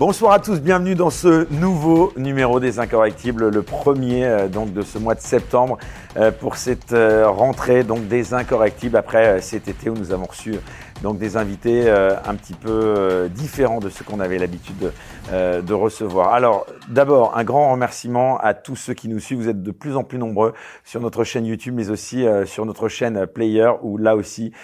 Bonsoir à tous, bienvenue dans ce nouveau numéro des Incorrectibles, le premier donc de ce mois de septembre pour cette rentrée donc des Incorrectibles après cet été où nous avons reçu donc des invités un petit peu différents de ceux qu'on avait l'habitude de recevoir. Alors d'abord un grand remerciement à tous ceux qui nous suivent, vous êtes de plus en plus nombreux sur notre chaîne YouTube mais aussi sur notre chaîne Player où là aussi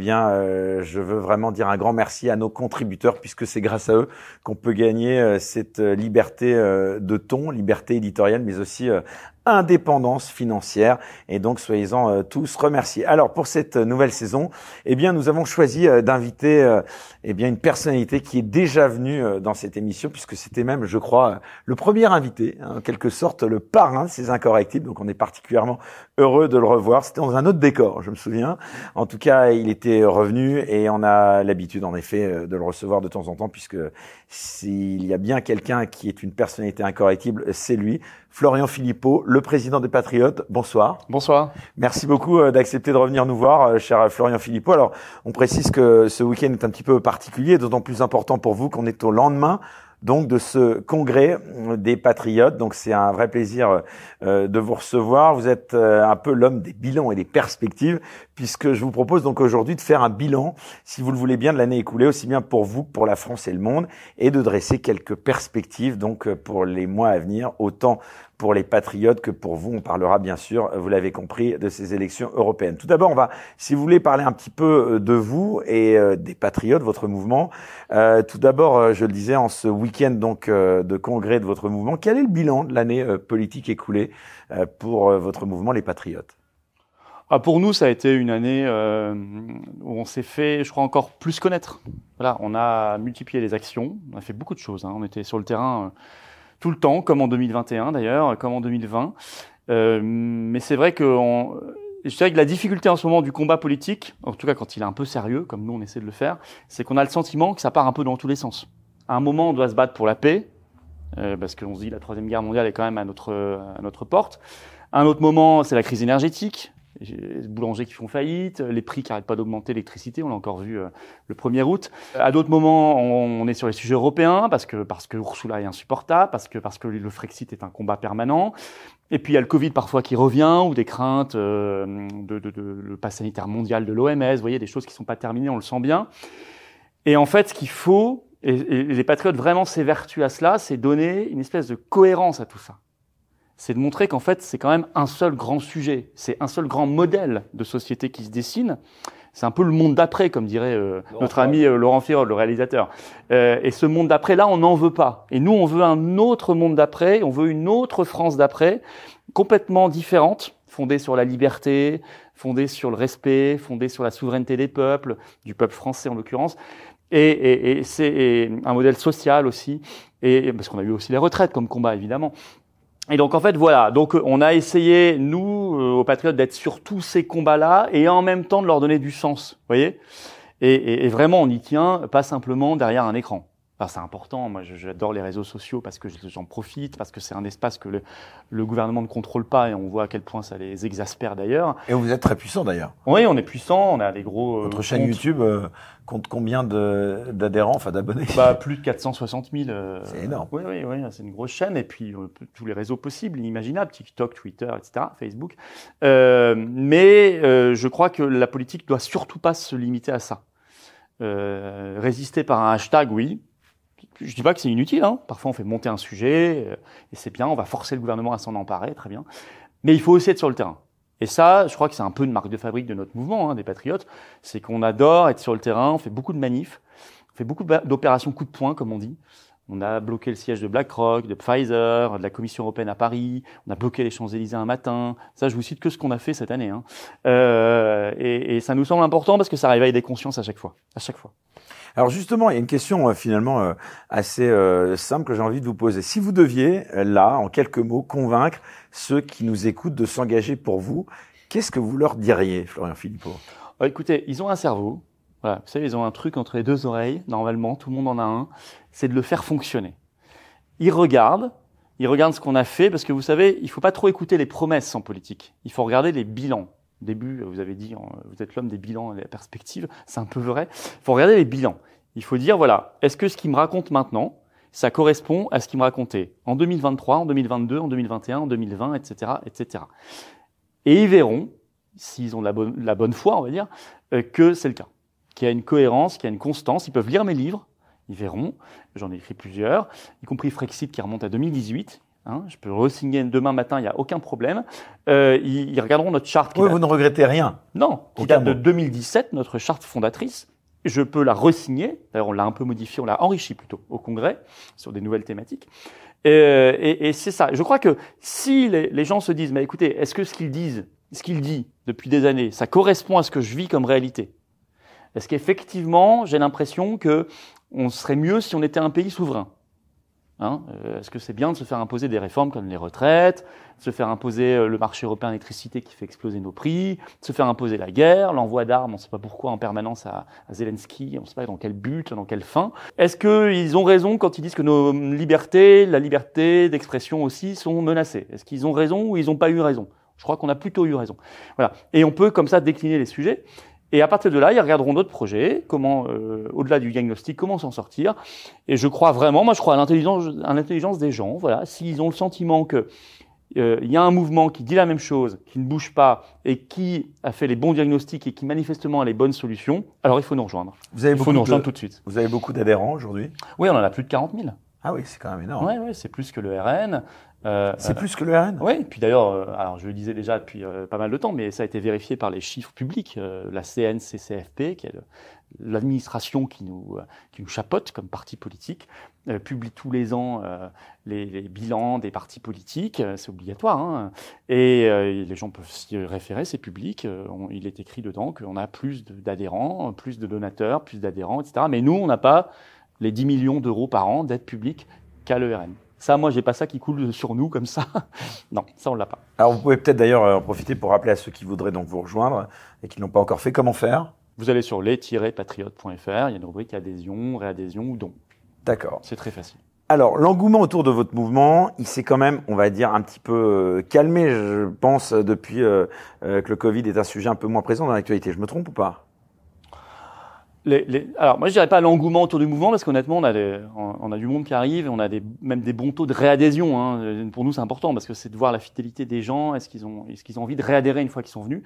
je veux vraiment dire un grand merci à nos contributeurs puisque c'est grâce à eux qu'on peut gagner cette liberté de ton, liberté éditoriale mais aussi indépendance financière et donc soyez-en tous remerciés. Alors pour cette nouvelle saison, nous avons choisi d'inviter une personnalité qui est déjà venue dans cette émission puisque c'était même, je crois, le premier invité, en quelque sorte le parrain de ces Incorrectibles. Donc on est particulièrement heureux de le revoir. C'était dans un autre décor, je me souviens. En tout cas, il était revenu et on a l'habitude en effet de le recevoir de temps en temps puisque s'il y a bien quelqu'un qui est une personnalité incorrectible, c'est lui. Florian Philippot, le président des Patriotes. Bonsoir. Bonsoir. Merci beaucoup d'accepter de revenir nous voir, cher Florian Philippot. Alors, on précise que ce week-end est un petit peu particulier, d'autant plus important pour vous qu'on est au lendemain donc de ce congrès des Patriotes. Donc c'est un vrai plaisir de vous recevoir. Vous êtes un peu l'homme des bilans et des perspectives puisque je vous propose donc aujourd'hui de faire un bilan, si vous le voulez bien, de l'année écoulée, aussi bien pour vous que pour la France et le monde, et de dresser quelques perspectives donc pour les mois à venir, autant pour les Patriotes que pour vous. On parlera bien sûr, vous l'avez compris, de ces élections européennes. Tout d'abord, on va, si vous voulez, parler un petit peu de vous et des Patriotes, votre mouvement. Tout d'abord, je le disais, en ce week-end donc de congrès de votre mouvement, quel est le bilan de l'année politique écoulée pour votre mouvement, les Patriotes ? Pour nous, ça a été une année où on s'est fait, je crois, encore plus connaître. Voilà, on a multiplié les actions, on a fait beaucoup de choses. On était sur le terrain tout le temps, comme en 2021 d'ailleurs, comme en 2020. Mais c'est vrai je dirais que la difficulté en ce moment du combat politique, en tout cas quand il est un peu sérieux, comme nous on essaie de le faire, c'est qu'on a le sentiment que ça part un peu dans tous les sens. À un moment, on doit se battre pour la paix, parce qu'on se dit la Troisième Guerre mondiale est quand même à notre porte. À un autre moment, c'est la crise énergétique. Les boulangers qui font faillite, les prix qui n'arrêtent pas d'augmenter, l'électricité, on l'a encore vu le 1er août. À d'autres moments, on est sur les sujets européens parce que Ursula est insupportable, parce que le Frexit est un combat permanent. Et puis il y a le Covid parfois qui revient ou des craintes le pass sanitaire mondial de l'OMS, vous voyez, des choses qui sont pas terminées, on le sent bien. Et en fait, ce qu'il faut, et les Patriotes vraiment s'évertuent à cela, c'est donner une espèce de cohérence à tout ça. C'est de montrer qu'en fait, c'est quand même un seul grand sujet, c'est un seul grand modèle de société qui se dessine. C'est un peu le monde d'après, comme dirait notre ami Laurent Firol, le réalisateur. Et ce monde d'après-là, on n'en veut pas. Et nous, on veut un autre monde d'après, on veut une autre France d'après, complètement différente, fondée sur la liberté, fondée sur le respect, fondée sur la souveraineté des peuples, du peuple français en l'occurrence. Et c'est un modèle social aussi, et parce qu'on a eu aussi les retraites comme combat, évidemment. Et donc en fait voilà, donc on a essayé nous aux Patriotes d'être sur tous ces combats-là et en même temps de leur donner du sens, vous voyez. Et vraiment on y tient, pas simplement derrière un écran. Enfin, c'est important, moi j'adore les réseaux sociaux parce que j'en profite, parce que c'est un espace que le gouvernement ne contrôle pas et on voit à quel point ça les exaspère d'ailleurs. Et vous êtes très puissant d'ailleurs. Oui, on est puissant, on a des gros Votre chaîne YouTube compte combien d'adhérents, enfin d'abonnés ? Plus de 460 000. C'est énorme. Oui, c'est une grosse chaîne. Et puis, tous les réseaux possibles, inimaginables, TikTok, Twitter, etc., Facebook. Mais je crois que la politique doit surtout pas se limiter à ça. Résister par un hashtag, oui. Je dis pas que c'est inutile, hein. Parfois, on fait monter un sujet, et c'est bien, on va forcer le gouvernement à s'en emparer, très bien. Mais il faut aussi être sur le terrain. Et ça, je crois que c'est un peu une marque de fabrique de notre mouvement, des Patriotes, c'est qu'on adore être sur le terrain, on fait beaucoup de manifs, on fait beaucoup d'opérations coup de poing, comme on dit. On a bloqué le siège de BlackRock, de Pfizer, de la Commission européenne à Paris, on a bloqué les Champs-Élysées un matin. Ça, je vous cite que ce qu'on a fait cette année. Et ça nous semble important parce que ça réveille des consciences à chaque fois. Alors justement, il y a une question finalement assez simple que j'ai envie de vous poser. Si vous deviez, là, en quelques mots, convaincre ceux qui nous écoutent de s'engager pour vous, qu'est-ce que vous leur diriez, Florian Philippot ? Écoutez, ils ont un cerveau. Voilà, vous savez, ils ont un truc entre les deux oreilles, normalement, tout le monde en a un, c'est de le faire fonctionner. Ils regardent ce qu'on a fait, parce que vous savez, il faut pas trop écouter les promesses en politique. Il faut regarder les bilans. Au début, vous avez dit, vous êtes l'homme des bilans et des perspectives, c'est un peu vrai. Il faut regarder les bilans. Il faut dire, voilà, est-ce que ce qu'ils me racontent maintenant, ça correspond à ce qu'ils me racontaient en 2023, en 2022, en 2021, en 2020, etc., etc. Et ils verront, s'ils ont la bonne foi, on va dire, que c'est le cas, qu'il y a une cohérence, qu'il y a une constance. Ils peuvent lire mes livres, ils verront. J'en ai écrit plusieurs, y compris Frexit qui remonte à 2018. Je peux re-signer demain matin, il n'y a aucun problème. Ils regarderont notre charte. Oui, vous ne regrettez rien. Non, qui date de 2017, notre charte fondatrice. Je peux la re-signer. D'ailleurs, on l'a un peu modifiée, on l'a enrichie plutôt au Congrès sur des nouvelles thématiques. Et c'est ça. Je crois que si les gens se disent, mais écoutez, est-ce que ce qu'il dit depuis des années, ça correspond à ce que je vis comme réalité? Est-ce qu'effectivement, j'ai l'impression que on serait mieux si on était un pays souverain? Est-ce que c'est bien de se faire imposer des réformes comme les retraites, de se faire imposer le marché européen d'électricité qui fait exploser nos prix, de se faire imposer la guerre, l'envoi d'armes, on ne sait pas pourquoi en permanence à Zelensky, on ne sait pas dans quel but, dans quelle fin. Est-ce qu'ils ont raison quand ils disent que nos libertés, la liberté d'expression aussi, sont menacées? Est-ce qu'ils ont raison ou ils n'ont pas eu raison? Je crois qu'on a plutôt eu raison. Voilà. Et on peut comme ça décliner les sujets. Et à partir de là, ils regarderont d'autres projets, comment, au-delà du diagnostic, comment s'en sortir. Et je crois vraiment, moi je crois à l'intelligence des gens. Voilà, s'ils ont le sentiment que y a un mouvement qui dit la même chose, qui ne bouge pas et qui a fait les bons diagnostics et qui manifestement a les bonnes solutions, alors il faut nous rejoindre. Il faut nous rejoindre tout de suite. Vous avez beaucoup d'adhérents aujourd'hui? Oui, on en a plus de 40 000. Ah oui, c'est quand même énorme. Oui, c'est plus que le RN. C'est plus que le RN? Oui, et puis d'ailleurs, alors je le disais déjà depuis pas mal de temps, mais ça a été vérifié par les chiffres publics. La CNCCFP, qui est l'administration qui nous chapeaute comme parti politique, publie tous les ans les bilans des partis politiques. C'est obligatoire, et les gens peuvent s'y référer, c'est public. Il est écrit dedans qu'on a plus d'adhérents, plus de donateurs, plus d'adhérents, etc. Mais nous, on n'a pas les 10 millions d'euros par an d'aide publique qu'a le RN. Ça, moi, j'ai pas ça qui coule sur nous comme ça. Non, ça, on l'a pas. Alors, vous pouvez peut-être d'ailleurs en profiter pour rappeler à ceux qui voudraient donc vous rejoindre et qui ne l'ont pas encore fait, comment faire? Vous allez sur les-patriotes.fr, il y a une rubrique adhésion, réadhésion ou don. D'accord. C'est très facile. Alors, l'engouement autour de votre mouvement, il s'est quand même, on va dire, un petit peu calmé, je pense, depuis que le Covid est un sujet un peu moins présent dans l'actualité. Je me trompe ou pas? Alors, moi, je dirais pas l'engouement autour du mouvement, parce qu'honnêtement, on a du monde qui arrive, et on a même des bons taux de réadhésion. Pour nous, c'est important, parce que c'est de voir la fidélité des gens. Est-ce qu'ils ont envie de réadhérer une fois qu'ils sont venus?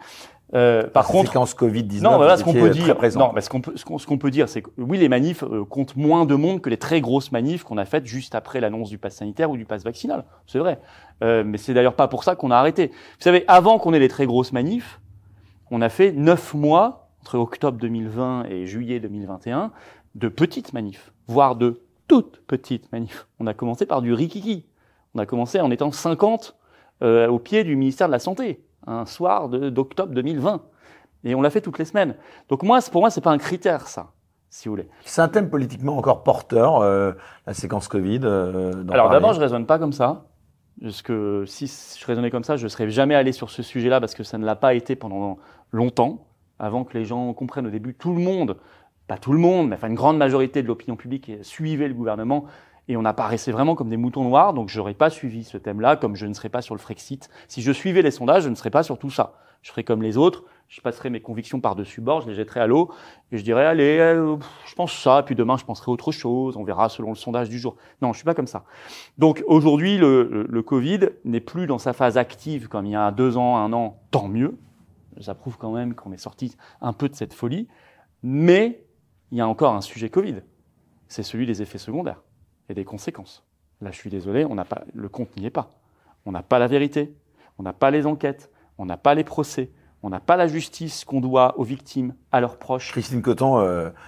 Par contre, séquence Covid-19, non, voilà, ce qu'on peut dire. Non, mais ce qu'on peut dire, c'est que oui, les manifs comptent moins de monde que les très grosses manifs qu'on a faites juste après l'annonce du pass sanitaire ou du pass vaccinal. C'est vrai. Mais c'est d'ailleurs pas pour ça qu'on a arrêté. Vous savez, avant qu'on ait les très grosses manifs, on a fait 9 mois entre octobre 2020 et juillet 2021, de petites manifs, voire de toutes petites manifs. On a commencé par du rikiki. On a commencé en étant 50 au pied du ministère de la Santé, un soir d'octobre 2020. Et on l'a fait toutes les semaines. Donc pour moi, c'est pas un critère, ça, si vous voulez. C'est un thème politiquement encore porteur, la séquence Covid. Alors d'abord, je raisonne pas comme ça. Parce que si je raisonnais comme ça, je serais jamais allé sur ce sujet-là, parce que ça ne l'a pas été pendant longtemps. Avant que les gens comprennent au début, tout le monde, pas tout le monde, mais enfin une grande majorité de l'opinion publique suivait le gouvernement et on apparaissait vraiment comme des moutons noirs, donc j'aurais pas suivi ce thème-là, comme je ne serais pas sur le Frexit. Si je suivais les sondages, je ne serais pas sur tout ça. Je ferais comme les autres, je passerais mes convictions par-dessus bord, je les jetterais à l'eau et je dirais, allez, je pense ça, puis demain je penserai autre chose, on verra selon le sondage du jour. Non, je suis pas comme ça. Donc aujourd'hui, le Covid n'est plus dans sa phase active comme il y a 2 ans, 1 an, tant mieux. Ça prouve quand même qu'on est sorti un peu de cette folie. Mais il y a encore un sujet Covid. C'est celui des effets secondaires et des conséquences. Là, je suis désolé, le compte n'y est pas. On n'a pas la vérité, on n'a pas les enquêtes, on n'a pas les procès, on n'a pas la justice qu'on doit aux victimes, à leurs proches. Christine Coton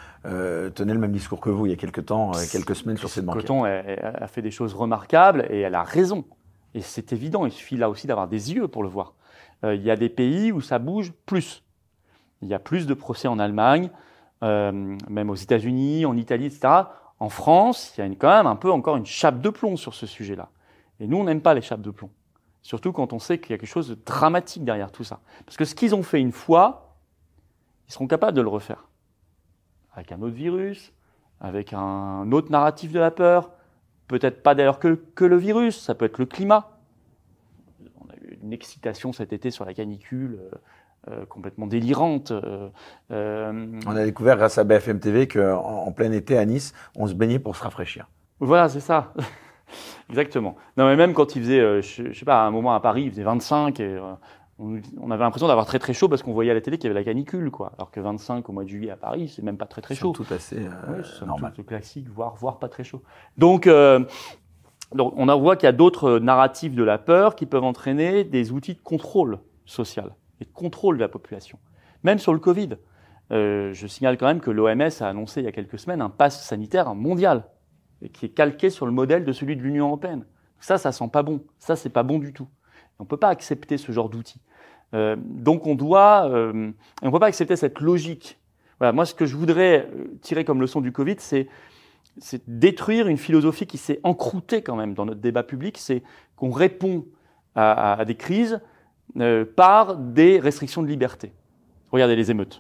tenait le même discours que vous il y a quelques temps, quelques semaines sur cette banquette. Coton a fait des choses remarquables et elle a raison. Et c'est évident, il suffit là aussi d'avoir des yeux pour le voir. Il y a des pays où ça bouge plus. Il y a plus de procès en Allemagne, même aux États-Unis, en Italie, etc. En France, il y a quand même un peu encore une chape de plomb sur ce sujet-là. Et nous, on n'aime pas les chapes de plomb. Surtout quand on sait qu'il y a quelque chose de dramatique derrière tout ça. Parce que ce qu'ils ont fait une fois, ils seront capables de le refaire. Avec un autre virus, avec un autre narratif de la peur. Peut-être pas d'ailleurs que le virus, ça peut être le climat. Une excitation cet été sur la canicule complètement délirante. On a découvert grâce à BFM TV qu'en plein été à Nice, on se baignait pour se rafraîchir. Voilà, c'est ça. Exactement. Non, mais même quand il faisait, je sais pas, à un moment à Paris, il faisait 25 et on avait l'impression d'avoir très très chaud parce qu'on voyait à la télé qu'il y avait la canicule, quoi. Alors que 25 au mois de juillet à Paris, c'est même pas très très chaud. C'est tout assez normal. C'est classique, voire pas très chaud. Donc on voit qu'il y a d'autres narratifs de la peur qui peuvent entraîner des outils de contrôle social et de contrôle de la population. Même sur le Covid. Je signale quand même que l'OMS a annoncé il y a quelques semaines un pass sanitaire mondial qui est calqué sur le modèle de celui de l'Union européenne. Ça sent pas bon. Ça, c'est pas bon du tout. On peut pas accepter ce genre d'outils. Donc on peut pas accepter cette logique. Voilà, moi, ce que je voudrais tirer comme leçon du Covid, c'est détruire une philosophie qui s'est encroûtée quand même dans notre débat public, c'est qu'on répond à des crises par des restrictions de liberté. Regardez les émeutes.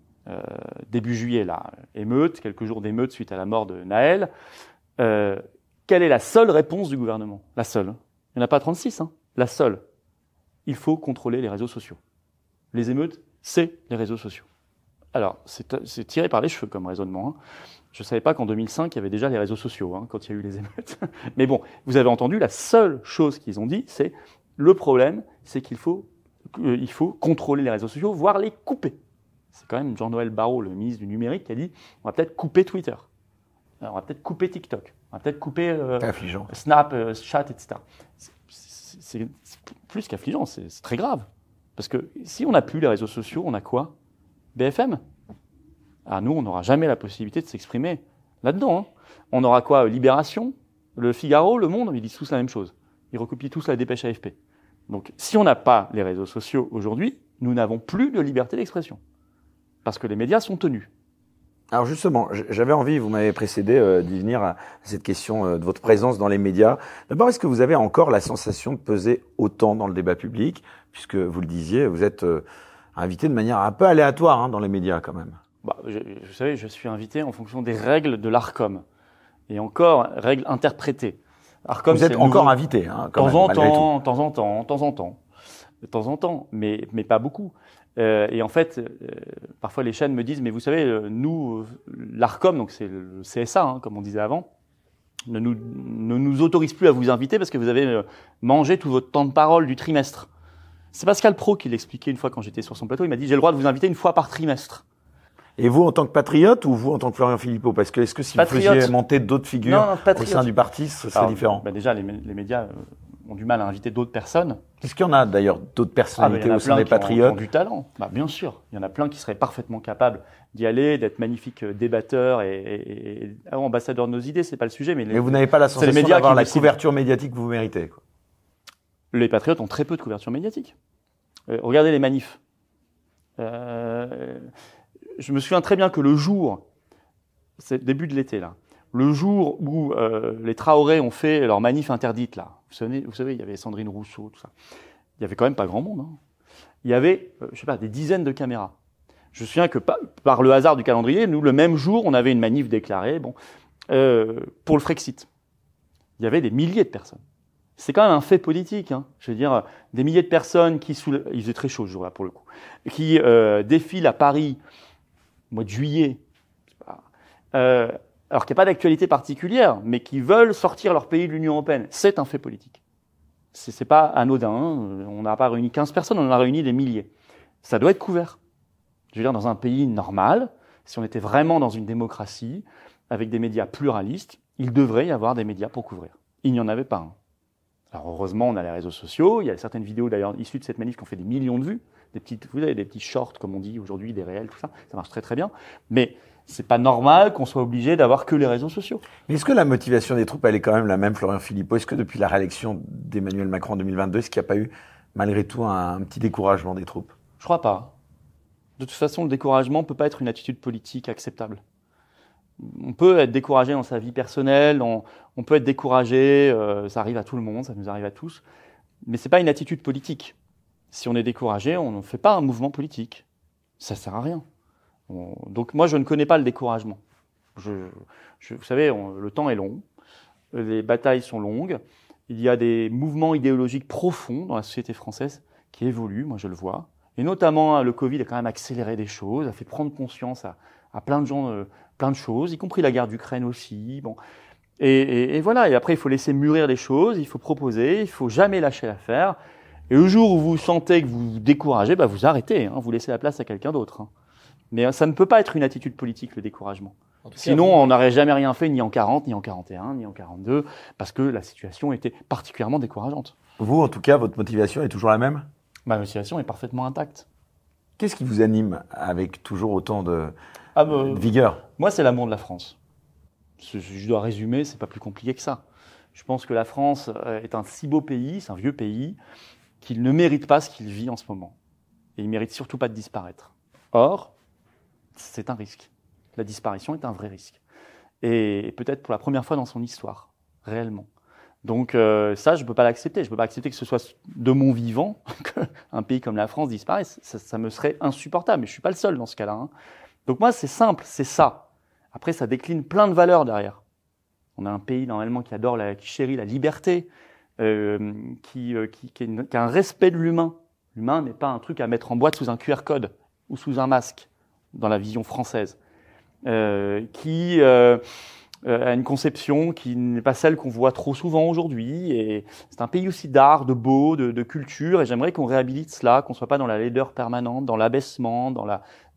Début juillet, là, émeute, quelques jours d'émeute suite à la mort de Naël. Quelle est la seule réponse du gouvernement? La seule. Il n'y en a pas 36, hein. La seule. Il faut contrôler les réseaux sociaux. Les émeutes, c'est les réseaux sociaux. Alors, c'est tiré par les cheveux comme raisonnement. Hein. Je ne savais pas qu'en 2005, il y avait déjà les réseaux sociaux, hein, quand il y a eu les émeutes. Mais bon, vous avez entendu, la seule chose qu'ils ont dit, c'est le problème, c'est qu'il faut contrôler les réseaux sociaux, voire les couper. C'est quand même Jean-Noël Barrot, le ministre du numérique, qui a dit on va peut-être couper Twitter, on va peut-être couper TikTok, on va peut-être couper Snap, Chat, etc. C'est plus qu'affligeant, c'est très grave. Parce que si on n'a plus les réseaux sociaux, on a quoi? BFM? Ah, nous, on n'aura jamais la possibilité de s'exprimer là-dedans. Hein. On aura quoi? Libération, Le Figaro, Le Monde, ils disent tous la même chose. Ils recopient tous la dépêche AFP. Donc, si on n'a pas les réseaux sociaux aujourd'hui, nous n'avons plus de liberté d'expression. Parce que les médias sont tenus. Alors justement, j'avais envie, vous m'avez précédé, d'y venir à cette question de votre présence dans les médias. D'abord, est-ce que vous avez encore la sensation de peser autant dans le débat public? Puisque vous le disiez, vous êtes invité de manière un peu aléatoire dans les médias quand même. Vous savez, je suis invité en fonction des règles de l'ARCOM. Et encore, règles interprétées. ARCOM, vous êtes encore invité, de temps en temps, mais pas beaucoup. Et en fait, parfois les chaînes me disent, mais vous savez, nous, l'ARCOM, donc c'est le CSA, comme on disait avant, ne nous autorise plus à vous inviter parce que vous avez mangé tout votre temps de parole du trimestre. C'est Pascal Praud qui l'expliquait une fois quand j'étais sur son plateau. Il m'a dit, j'ai le droit de vous inviter une fois par trimestre. Et vous, en tant que patriote, ou vous, en tant que Florian Philippot? Parce que est-ce que si vous faisiez monter d'autres figures au sein du parti, ce serait différent? Déjà, les médias ont du mal à inviter d'autres personnes. Est-ce qu'il y en a d'ailleurs d'autres personnalités au sein des patriotes? Qui ont du talent. Bien sûr, il y en a plein qui seraient parfaitement capables d'y aller, d'être magnifiques débatteurs et ambassadeurs de nos idées. C'est pas le sujet, mais vous n'avez pas la sensation d'avoir la couverture médiatique que vous méritez, quoi. Les patriotes ont très peu de couverture médiatique. Regardez les manifs. Je me souviens très bien que le jour, c'est le début de l'été là, le jour où les Traoré ont fait leur manif interdite là, vous savez, il y avait Sandrine Rousseau, tout ça. Il y avait quand même pas grand monde. Hein. Il y avait, des dizaines de caméras. Je me souviens que par le hasard du calendrier, nous, le même jour, on avait une manif déclarée, pour le Frexit. Il y avait des milliers de personnes. C'est quand même un fait politique. Hein. Je veux dire, des milliers de personnes il faisait très chaud ce jour-là pour le coup, qui défilent à Paris au mois de juillet. Alors qu'il n'y a pas d'actualité particulière, mais qui veulent sortir leur pays de l'Union européenne. C'est un fait politique. C'est pas anodin. Hein. On n'a pas réuni 15 personnes, on en a réuni des milliers. Ça doit être couvert. Je veux dire, dans un pays normal, si on était vraiment dans une démocratie, avec des médias pluralistes, il devrait y avoir des médias pour couvrir. Il n'y en avait pas. Hein. Alors heureusement, on a les réseaux sociaux. Il y a certaines vidéos d'ailleurs issues de cette manif qui ont fait des millions de vues. Vous avez des petits shorts, comme on dit aujourd'hui, des réels, tout ça. Ça marche très très bien. Mais c'est pas normal qu'on soit obligé d'avoir que les réseaux sociaux. Mais est-ce que la motivation des troupes, elle est quand même la même, Florian Philippot? Est-ce que depuis la réélection d'Emmanuel Macron en 2022, est-ce qu'il n'y a pas eu, malgré tout, un petit découragement des troupes? Je crois pas. De toute façon, le découragement peut pas être une attitude politique acceptable. On peut être découragé dans sa vie personnelle, on peut être découragé, ça arrive à tout le monde, ça nous arrive à tous, mais c'est pas une attitude politique. Si on est découragé, on ne fait pas un mouvement politique. Ça sert à rien. Donc moi, je ne connais pas le découragement. Vous savez, le temps est long, les batailles sont longues, il y a des mouvements idéologiques profonds dans la société française qui évoluent, moi je le vois. Et notamment, le Covid a quand même accéléré des choses, a fait prendre conscience à plein de gens, plein de choses, y compris la guerre d'Ukraine aussi. Bon. Et voilà. Et après, il faut laisser mûrir les choses, il faut proposer, il faut jamais lâcher l'affaire. Et le jour où vous sentez que vous vous découragez, vous arrêtez, hein, vous laissez la place à quelqu'un d'autre. Hein. Mais ça ne peut pas être une attitude politique, le découragement. Sinon, on n'aurait jamais rien fait, ni en 40, ni en 41, ni en 42, parce que la situation était particulièrement décourageante. Vous, en tout cas, votre motivation est toujours la même ? Ma motivation est parfaitement intacte. Qu'est-ce qui vous anime avec toujours autant de vigueur ? Moi, c'est l'amour de la France. Je dois résumer, c'est pas plus compliqué que ça. Je pense que la France est un si beau pays, c'est un vieux pays, qu'il ne mérite pas ce qu'il vit en ce moment. Et il mérite surtout pas de disparaître. Or, c'est un risque. La disparition est un vrai risque. Et peut-être pour la première fois dans son histoire, réellement. Donc ça, je ne peux pas l'accepter. Je ne peux pas accepter que ce soit de mon vivant qu'un pays comme la France disparaisse. Ça me serait insupportable. Mais je ne suis pas le seul dans ce cas-là. Hein. Donc moi, c'est simple, c'est ça. Après, ça décline plein de valeurs derrière. On a un pays normalement qui chérit la liberté, qui a un respect de l'humain. L'humain n'est pas un truc à mettre en boîte sous un QR code ou sous un masque, dans la vision française. Qui a une conception qui n'est pas celle qu'on voit trop souvent aujourd'hui. Et c'est un pays aussi d'art, de beau, de culture. Et j'aimerais qu'on réhabilite cela, qu'on ne soit pas dans la laideur permanente, dans l'abaissement, dans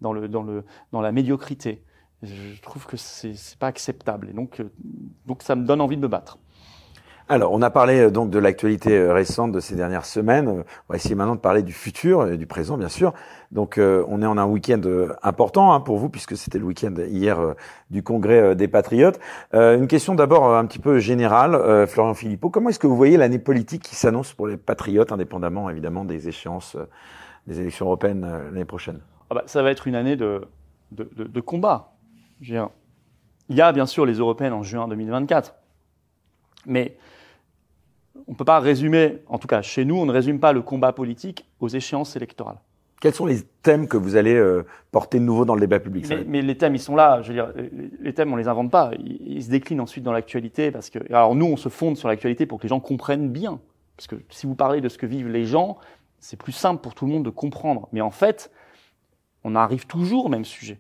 la médiocrité. Je trouve que c'est pas acceptable. Et donc ça me donne envie de me battre. Alors, on a parlé donc de l'actualité récente de ces dernières semaines. On va essayer maintenant de parler du futur et du présent, bien sûr. Donc, on est en un week-end important pour vous, puisque c'était le week-end hier du Congrès des Patriotes. Une question d'abord un petit peu générale, Florian Philippot. Comment est-ce que vous voyez l'année politique qui s'annonce pour les Patriotes, indépendamment évidemment des échéances des élections européennes l'année prochaine ? Ça va être une année de combat. Il y a bien sûr les européennes en juin 2024, mais on ne peut pas résumer, en tout cas chez nous, on ne résume pas le combat politique aux échéances électorales. Quels sont les thèmes que vous allez porter de nouveau dans le débat public ? Mais les thèmes, ils sont là. Je veux dire, les thèmes, on les invente pas. Ils se déclinent ensuite dans l'actualité parce que, alors nous, on se fonde sur l'actualité pour que les gens comprennent bien. Parce que si vous parlez de ce que vivent les gens, c'est plus simple pour tout le monde de comprendre. Mais en fait, on arrive toujours au même sujet.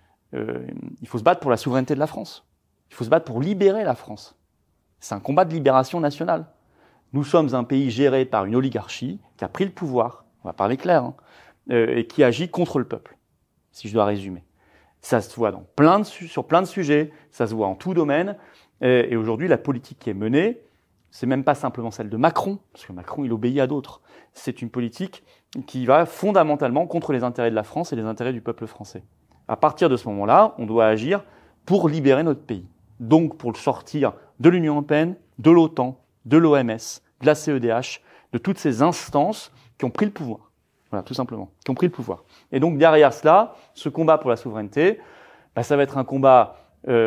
Il faut se battre pour la souveraineté de la France. Il faut se battre pour libérer la France. C'est un combat de libération nationale. Nous sommes un pays géré par une oligarchie qui a pris le pouvoir, on va parler clair, et qui agit contre le peuple, si je dois résumer. Ça se voit sur plein de sujets, ça se voit en tout domaine, et aujourd'hui, la politique qui est menée, c'est même pas simplement celle de Macron, parce que Macron, il obéit à d'autres. C'est une politique qui va fondamentalement contre les intérêts de la France et les intérêts du peuple français. À partir de ce moment-là, on doit agir pour libérer notre pays. Donc, pour le sortir de l'Union européenne, de l'OTAN, de l'OMS, de la CEDH, de toutes ces instances qui ont pris le pouvoir. Voilà, tout simplement, qui ont pris le pouvoir. Et donc, derrière cela, ce combat pour la souveraineté, ça va être un combat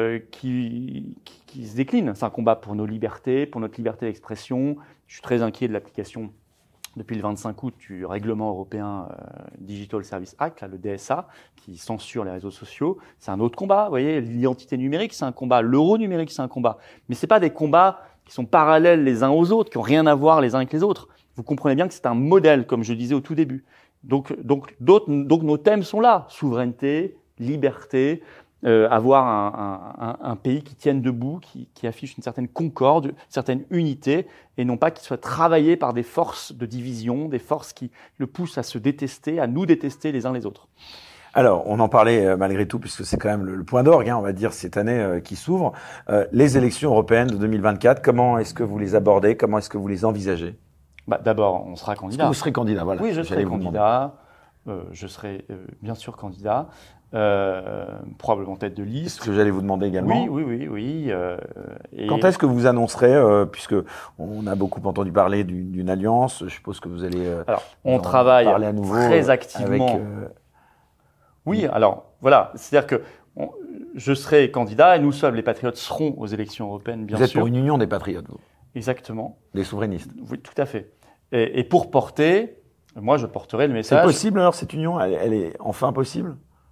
qui se décline. C'est un combat pour nos libertés, pour notre liberté d'expression. Je suis très inquiet de l'application depuis le 25 août du règlement européen Digital Service Act, là, le DSA, qui censure les réseaux sociaux. C'est un autre combat. Vous voyez, l'identité numérique, c'est un combat. L'euro numérique, c'est un combat. Mais c'est pas des combats qui sont parallèles les uns aux autres, qui ont rien à voir les uns avec les autres. Vous comprenez bien que c'est un modèle, comme je disais au tout début. Donc nos thèmes sont là. Souveraineté, liberté, avoir un pays qui tienne debout, qui affiche une certaine concorde, une certaine unité, et non pas qu'il soit travaillé par des forces de division, des forces qui le poussent à se détester, à nous détester les uns les autres. Alors, on en parlait malgré tout, puisque c'est quand même le point d'orgue, on va dire, cette année qui s'ouvre. Les élections européennes de 2024, comment est-ce que vous les abordez ? Comment est-ce que vous les envisagez ? D'abord, on sera candidat. Est-ce que vous serez candidat ? Voilà. Oui, je serai candidat. Je serai bien sûr candidat. Probablement tête de liste. C'est ce que j'allais vous demander également. Oui. Quand est-ce que vous annoncerez, puisque on a beaucoup entendu parler d'une alliance, je suppose que vous allez alors, on travaille à nouveau très activement. Avec, Oui, alors voilà, c'est-à-dire que je serai candidat et nous sommes, les Patriotes, seront aux élections européennes, bien sûr. Vous êtes pour une union des Patriotes, vous ? Exactement. Des souverainistes ? Oui, tout à fait. Et pour porter, moi je porterai le message… C'est possible alors cette union ? Elle est enfin possible ?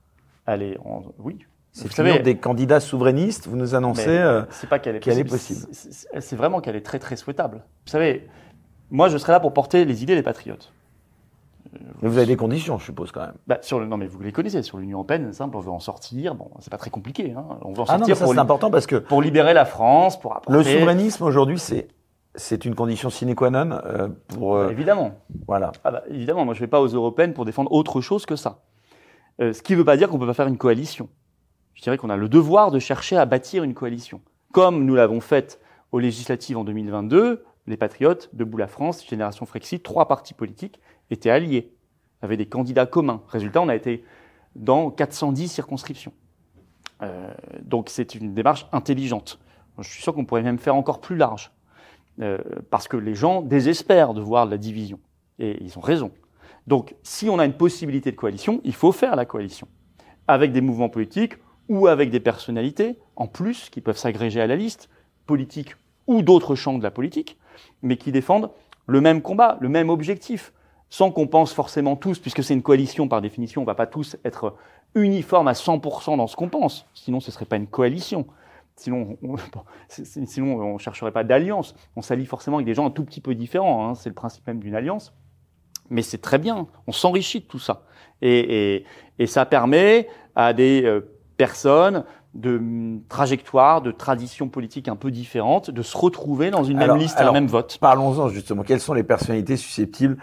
Oui. C'est une union des candidats souverainistes, vous nous annoncez c'est pas qu'elle est possible. C'est vraiment qu'elle est très très souhaitable. Vous savez, moi je serai là pour porter les idées des Patriotes. Mais vous avez des conditions, je suppose, quand même. Non, mais vous les connaissez. Sur l'Union européenne, c'est simple, on veut en sortir. Bon, c'est pas très compliqué. Hein. On veut en sortir non, mais ça, c'est important parce que pour libérer la France, pour apporter... Le souverainisme, aujourd'hui, c'est une condition sine qua non pour... évidemment. Voilà. Évidemment, moi, je vais pas aux européennes pour défendre autre chose que ça. Ce qui veut pas dire qu'on peut pas faire une coalition. Je dirais qu'on a le devoir de chercher à bâtir une coalition. Comme nous l'avons fait aux législatives en 2022, les Patriotes, Debout la France, Génération Frexit, 3 partis politiques étaient alliés, avaient des candidats communs. Résultat, on a été dans 410 circonscriptions. Donc c'est une démarche intelligente. Je suis sûr qu'on pourrait même faire encore plus large. Parce que les gens désespèrent de voir de la division. Et ils ont raison. Donc si on a une possibilité de coalition, il faut faire la coalition. Avec des mouvements politiques ou avec des personnalités, en plus, qui peuvent s'agréger à la liste, politique ou d'autres champs de la politique, mais qui défendent le même combat, le même objectif, sans qu'on pense forcément tous, puisque c'est une coalition par définition, on ne va pas tous être uniformes à 100% dans ce qu'on pense, sinon ce ne serait pas une coalition. Sinon, on ne chercherait pas d'alliance. On s'allie forcément avec des gens un tout petit peu différents, hein, c'est le principe même d'une alliance. Mais c'est très bien, on s'enrichit de tout ça. Et ça permet à des personnes de trajectoires, de traditions politiques un peu différentes, de se retrouver dans une même liste et un même vote. Parlons-en justement. Quelles sont les personnalités susceptibles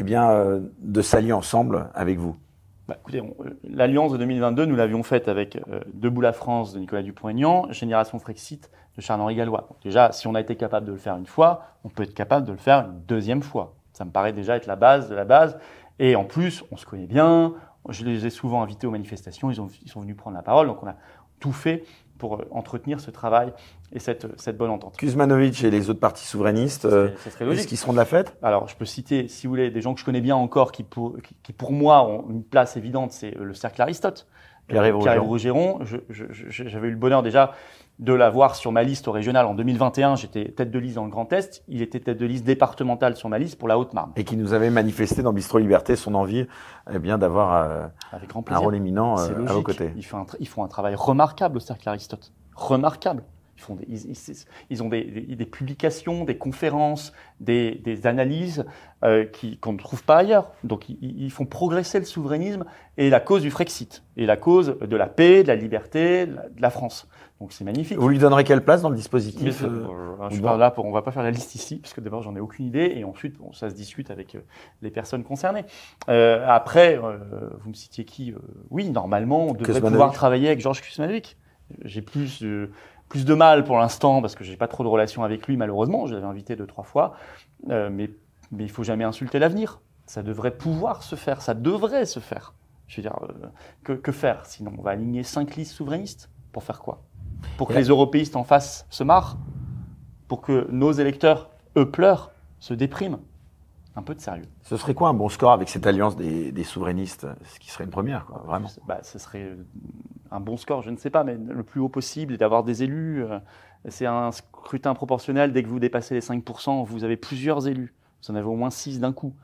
de s'allier ensemble avec vous? Écoutez, l'alliance de 2022, nous l'avions faite avec Debout la France de Nicolas Dupont-Aignan, Génération Frexit de Charles-Henri Gallois. Donc déjà, si on a été capable de le faire une fois, on peut être capable de le faire une deuxième fois. Ça me paraît déjà être la base de la base. Et en plus, on se connaît bien. Je les ai souvent invités aux manifestations. Ils sont venus prendre la parole. Donc on a tout fait pour entretenir ce travail et cette bonne entente. Kuzmanovic et les autres partis souverainistes, ça serait logique. Est-ce qu'ils seront de la fête? Alors, je peux citer, si vous voulez, des gens que je connais bien encore qui pour moi ont une place évidente, c'est le Cercle Aristote. Pierre-Yves Rougeron. J'avais eu le bonheur déjà de l'avoir sur ma liste au régional en 2021. J'étais tête de liste dans le Grand Est. Il était tête de liste départementale sur ma liste pour la Haute-Marne. Et qui nous avait manifesté dans Bistro Liberté son envie d'avoir un rôle éminent à vos côtés. Ils font un travail remarquable au Cercle Aristote. Remarquable. Ils ont des publications, des conférences, des analyses qu'on ne trouve pas ailleurs. Donc ils font progresser le souverainisme et la cause du Frexit, et la cause de la paix, de la liberté, de la France. Donc c'est magnifique. Vous lui donnerez quelle place dans le dispositif? Je suis pas là on va pas faire la liste ici, parce que d'abord j'en ai aucune idée, et ensuite ça se discute avec les personnes concernées. Après, vous me citiez qui? Oui, normalement on devrait pouvoir travailler avec Georges Kuzmanovic. J'ai plus de mal pour l'instant parce que j'ai pas trop de relations avec lui, malheureusement. Je l'avais invité 2-3 fois, mais il faut jamais insulter l'avenir. Ça devrait pouvoir se faire, ça devrait se faire. Je veux dire, que faire? Sinon, on va aligner 5 listes souverainistes pour faire quoi? Pour que les européistes en face se marrent? Pour que nos électeurs, eux, pleurent, se dépriment? Un peu de sérieux. Ce serait quoi un bon score avec cette alliance des souverainistes? Ce qui serait une première, quoi, vraiment. Ce serait un bon score, je ne sais pas, mais le plus haut possible, et d'avoir des élus. C'est un scrutin proportionnel. Dès que vous dépassez les 5%, vous avez plusieurs élus. Vous en avez au moins 6 d'un coup.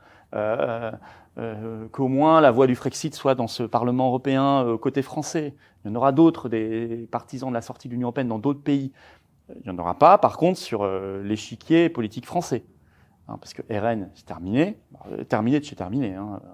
Qu'au moins la voix du Frexit soit dans ce Parlement européen côté français. Il y en aura d'autres, des partisans de la sortie de l'Union européenne dans d'autres pays. Il n'y en aura pas, par contre, sur l'échiquier politique français. Parce que RN, c'est terminé. Terminé de chez terminé.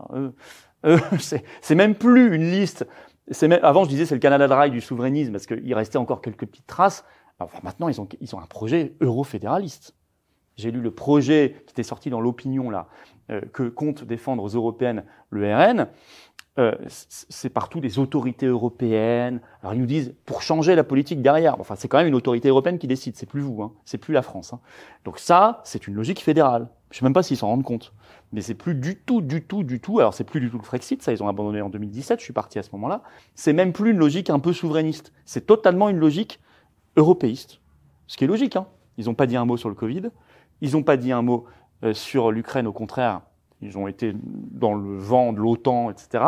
C'est même plus une liste. Avant, je disais, c'est le Canada Dry du souverainisme, parce qu'il restait encore quelques petites traces. Alors, maintenant, ils ont un projet euro-fédéraliste. J'ai lu le projet qui était sorti dans l'opinion, là, que compte défendre aux européennes le RN. C'est partout des autorités européennes. Alors, ils nous disent, pour changer la politique derrière. Enfin, c'est quand même une autorité européenne qui décide. C'est plus vous, c'est plus la France. Donc ça, c'est une logique fédérale. Je sais même pas s'ils s'en rendent compte. Mais c'est plus du tout. Alors, c'est plus du tout le Frexit. Ça, ils ont abandonné en 2017. Je suis parti à ce moment-là. C'est même plus une logique un peu souverainiste. C'est totalement une logique européiste. Ce qui est logique, Ils n'ont pas dit un mot sur le Covid. Ils n'ont pas dit un mot sur l'Ukraine. Au contraire, ils ont été dans le vent de l'OTAN, etc.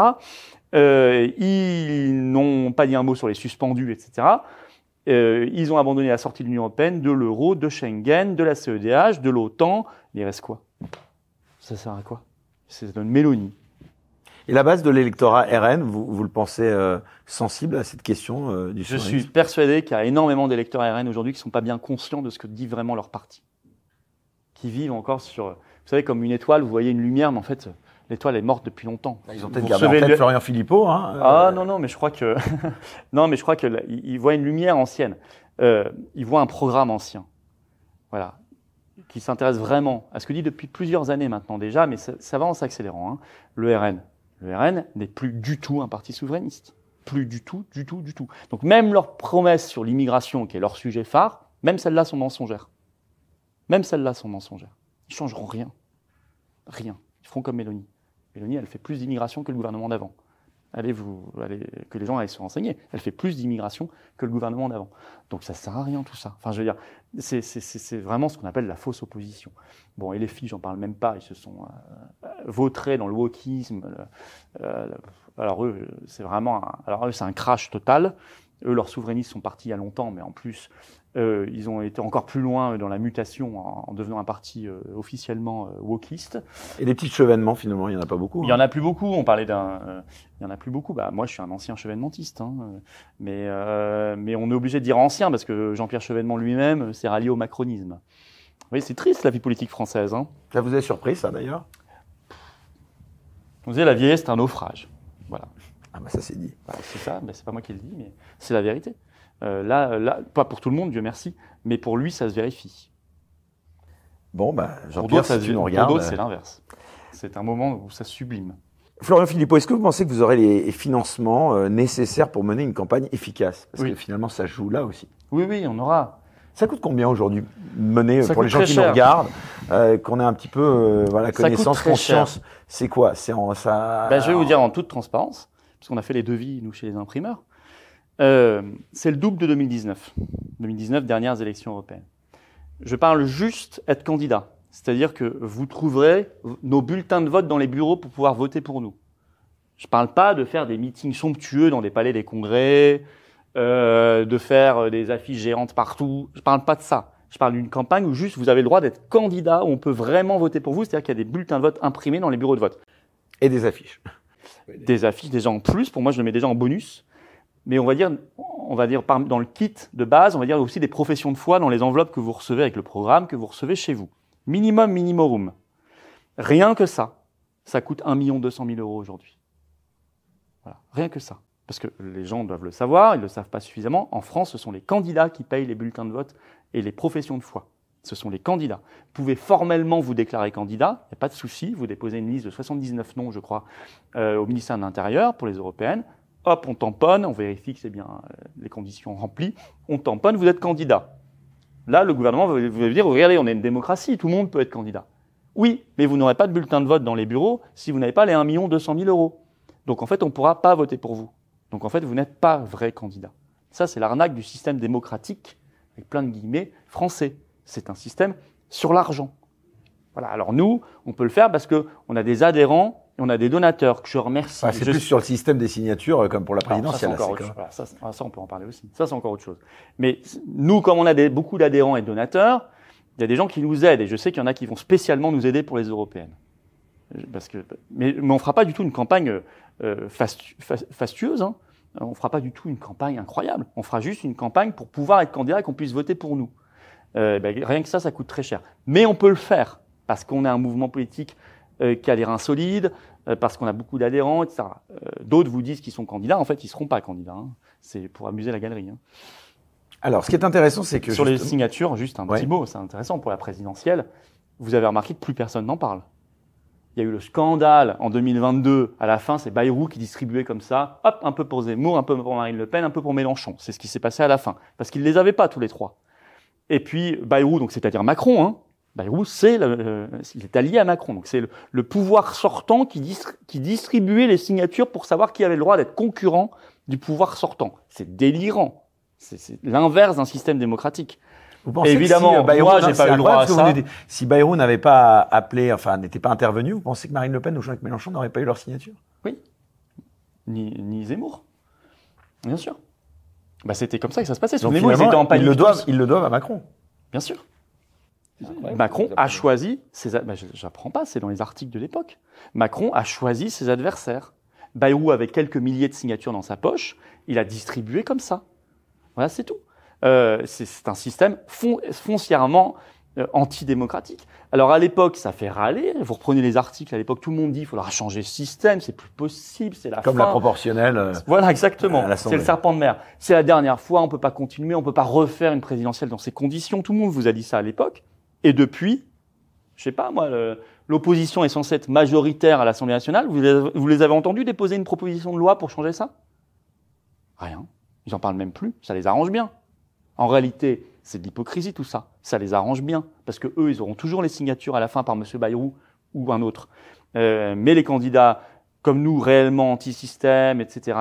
Ils n'ont pas dit un mot sur les suspendus, etc. Ils ont abandonné la sortie de l'Union européenne, de l'euro, de Schengen, de la CEDH, de l'OTAN. Il reste quoi? Ça sert à quoi? Ça donne Mélanie. Et la base de l'électorat RN, vous le pensez sensible à cette question du souverainisme? Je suis persuadé qu'il y a énormément d'électeurs RN aujourd'hui qui ne sont pas bien conscients de ce que dit vraiment leur parti. Qui vivent encore sur... Vous savez, comme une étoile, vous voyez une lumière, mais en fait, L'étoile est morte depuis longtemps. Ils ont peut-être gardé en tête Florian Philippot. Ah non, mais je crois que ils voient une lumière ancienne. Ils voient un programme ancien. Voilà. Qui s'intéresse vraiment à ce que dit depuis plusieurs années maintenant déjà, mais ça va en s'accélérant. Hein. Le RN n'est plus du tout un parti souverainiste. Plus du tout. Donc même leurs promesses sur l'immigration, qui est leur sujet phare, même celles-là sont mensongères. Ils changeront rien. Rien. Ils feront comme Mélanie. Mélanie, elle fait plus d'immigration que le gouvernement d'avant. Que les gens aillent se renseigner. Elle fait plus d'immigration que le gouvernement d'avant. Donc ça sert à rien tout ça. Enfin, je veux dire, c'est vraiment ce qu'on appelle la fausse opposition. Bon, et les filles, j'en parle même pas. Ils se sont vautrés dans le wokisme. Alors eux, c'est un crash total. Eux, leurs souverainistes sont partis il y a longtemps, mais en plus, ils ont été encore plus loin dans la mutation en devenant un parti officiellement wokiste. Et des petits chevènements, finalement, il n'y en a pas beaucoup. Il n'y en a plus beaucoup. On parlait il n'y en a plus beaucoup. Bah, moi, je suis un ancien chevènementiste. Mais on est obligé de dire ancien parce que Jean-Pierre Chevènement lui-même s'est rallié au macronisme. Oui, c'est triste, la vie politique française. Hein. Ça vous a surpris, ça, d'ailleurs? On disait la vieillesse, c'est un naufrage. Voilà. Ah bah ça c'est dit. Bah, c'est ça, bah, c'est pas moi qui le dis, mais c'est la vérité. Là, pas pour tout le monde, Dieu merci, mais pour lui, ça se vérifie. Bon, bah, Jean-Pierre, si tu nous regardes... Pour d'autres, c'est l'inverse. C'est un moment où ça sublime. Florian Philippot, est-ce que vous pensez que vous aurez les financements nécessaires pour mener une campagne efficace? Parce que finalement, ça joue là aussi. Oui, on aura. Ça coûte combien aujourd'hui mener, pour les gens qui nous regardent, qu'on ait un petit peu connaissance, conscience? C'est quoi? Je vais vous dire en toute transparence, parce qu'on a fait les devis, nous, chez les imprimeurs. C'est le double de 2019. 2019, dernières élections européennes. Je parle juste être candidat. C'est-à-dire que vous trouverez nos bulletins de vote dans les bureaux pour pouvoir voter pour nous. Je parle pas de faire des meetings somptueux dans des palais des congrès, de faire des affiches géantes partout. Je parle pas de ça. Je parle d'une campagne où juste vous avez le droit d'être candidat, où on peut vraiment voter pour vous. C'est-à-dire qu'il y a des bulletins de vote imprimés dans les bureaux de vote. Et des affiches. Des affiches déjà en plus. Pour moi, je le mets déjà en bonus. Mais on va dire dans le kit de base, on va dire aussi des professions de foi dans les enveloppes que vous recevez avec le programme que vous recevez chez vous. Minimum. Rien que ça coûte 1 200 000 € aujourd'hui. Voilà, rien que ça. Parce que les gens doivent le savoir, ils ne le savent pas suffisamment. En France, ce sont les candidats qui payent les bulletins de vote et les professions de foi. Ce sont les candidats. Vous pouvez formellement vous déclarer candidat, il n'y a pas de souci. Vous déposez une liste de 79 noms, je crois, au ministère de l'Intérieur pour les européennes. Hop, on tamponne, on vérifie que c'est bien les conditions remplies. On tamponne, vous êtes candidat. Là, le gouvernement va vous dire, regardez, on est une démocratie, tout le monde peut être candidat. Oui, mais vous n'aurez pas de bulletin de vote dans les bureaux si vous n'avez pas les 1 200 000 €. Donc en fait, on ne pourra pas voter pour vous. Donc en fait, vous n'êtes pas vrai candidat. Ça, c'est l'arnaque du système démocratique, avec plein de guillemets, français. C'est un système sur l'argent. Voilà. Alors nous, on peut le faire parce qu'on a des adhérents et on a des donateurs que je remercie. C'est plus sur le système des signatures, comme pour la présidentielle. Ça, on peut en parler aussi. Ça, c'est encore autre chose. Mais nous, comme on a beaucoup d'adhérents et de donateurs, il y a des gens qui nous aident. Et je sais qu'il y en a qui vont spécialement nous aider pour les européennes. Mais on fera pas du tout une campagne fastueuse. Hein. On fera pas du tout une campagne incroyable. On fera juste une campagne pour pouvoir être candidat et qu'on puisse voter pour nous. Rien que ça coûte très cher. Mais on peut le faire parce qu'on est un mouvement politique qui a des reins solides, parce qu'on a beaucoup d'adhérents, etc. D'autres vous disent qu'ils sont candidats. En fait, ils seront pas candidats. Hein. C'est pour amuser la galerie. Hein. Alors, ce qui est intéressant, c'est que sur les signatures, juste un petit mot, c'est intéressant pour la présidentielle. Vous avez remarqué que plus personne n'en parle. Il y a eu le scandale en 2022. À la fin, c'est Bayrou qui distribuait comme ça, hop, un peu pour Zemmour, un peu pour Marine Le Pen, un peu pour Mélenchon. C'est ce qui s'est passé à la fin, parce qu'ils les avaient pas tous les trois. Et puis Bayrou, donc c'est-à-dire Macron. Hein. Bayrou, il est allié à Macron. Donc c'est le pouvoir sortant qui distribuait les signatures pour savoir qui avait le droit d'être concurrent du pouvoir sortant. C'est délirant. C'est l'inverse d'un système démocratique. Vous pensez évidemment, que si Bayrou, moi, j'ai pas eu le droit à ça. Si Bayrou n'avait pas appelé, enfin, n'était pas intervenu, vous pensez que Marine Le Pen ou Jean-Luc Mélenchon n'auraient pas eu leur signature? Oui. Ni Zemmour. Bien sûr. C'était comme ça que ça se passait. Souvenez-vous, ils étaient en panique. Ils le doivent à Macron. Bien sûr. Macron a choisi j'apprends pas, c'est dans les articles de l'époque. Macron a choisi ses adversaires. Bayrou avait quelques milliers de signatures dans sa poche. Il a distribué comme ça. Voilà, c'est tout. C'est un système foncièrement, on va dire, antidémocratique. Alors à l'époque, ça fait râler. Vous reprenez les articles, à l'époque, tout le monde dit il faudra changer le système, c'est plus possible, c'est la Comme fin. la proportionnelle. Voilà, exactement. C'est le serpent de mer. C'est la dernière fois, on peut pas continuer, on peut pas refaire une présidentielle dans ces conditions. Tout le monde vous a dit ça à l'époque. Et depuis, je sais pas moi, l'opposition est censée être majoritaire à l'Assemblée nationale. Vous les avez entendus déposer une proposition de loi pour changer ça? Rien. Ils en parlent même plus. Ça les arrange bien. En réalité, c'est de l'hypocrisie tout ça. Ça les arrange bien parce que eux, ils auront toujours les signatures à la fin par Monsieur Bayrou ou un autre. Mais les candidats comme nous, réellement anti-système, etc.,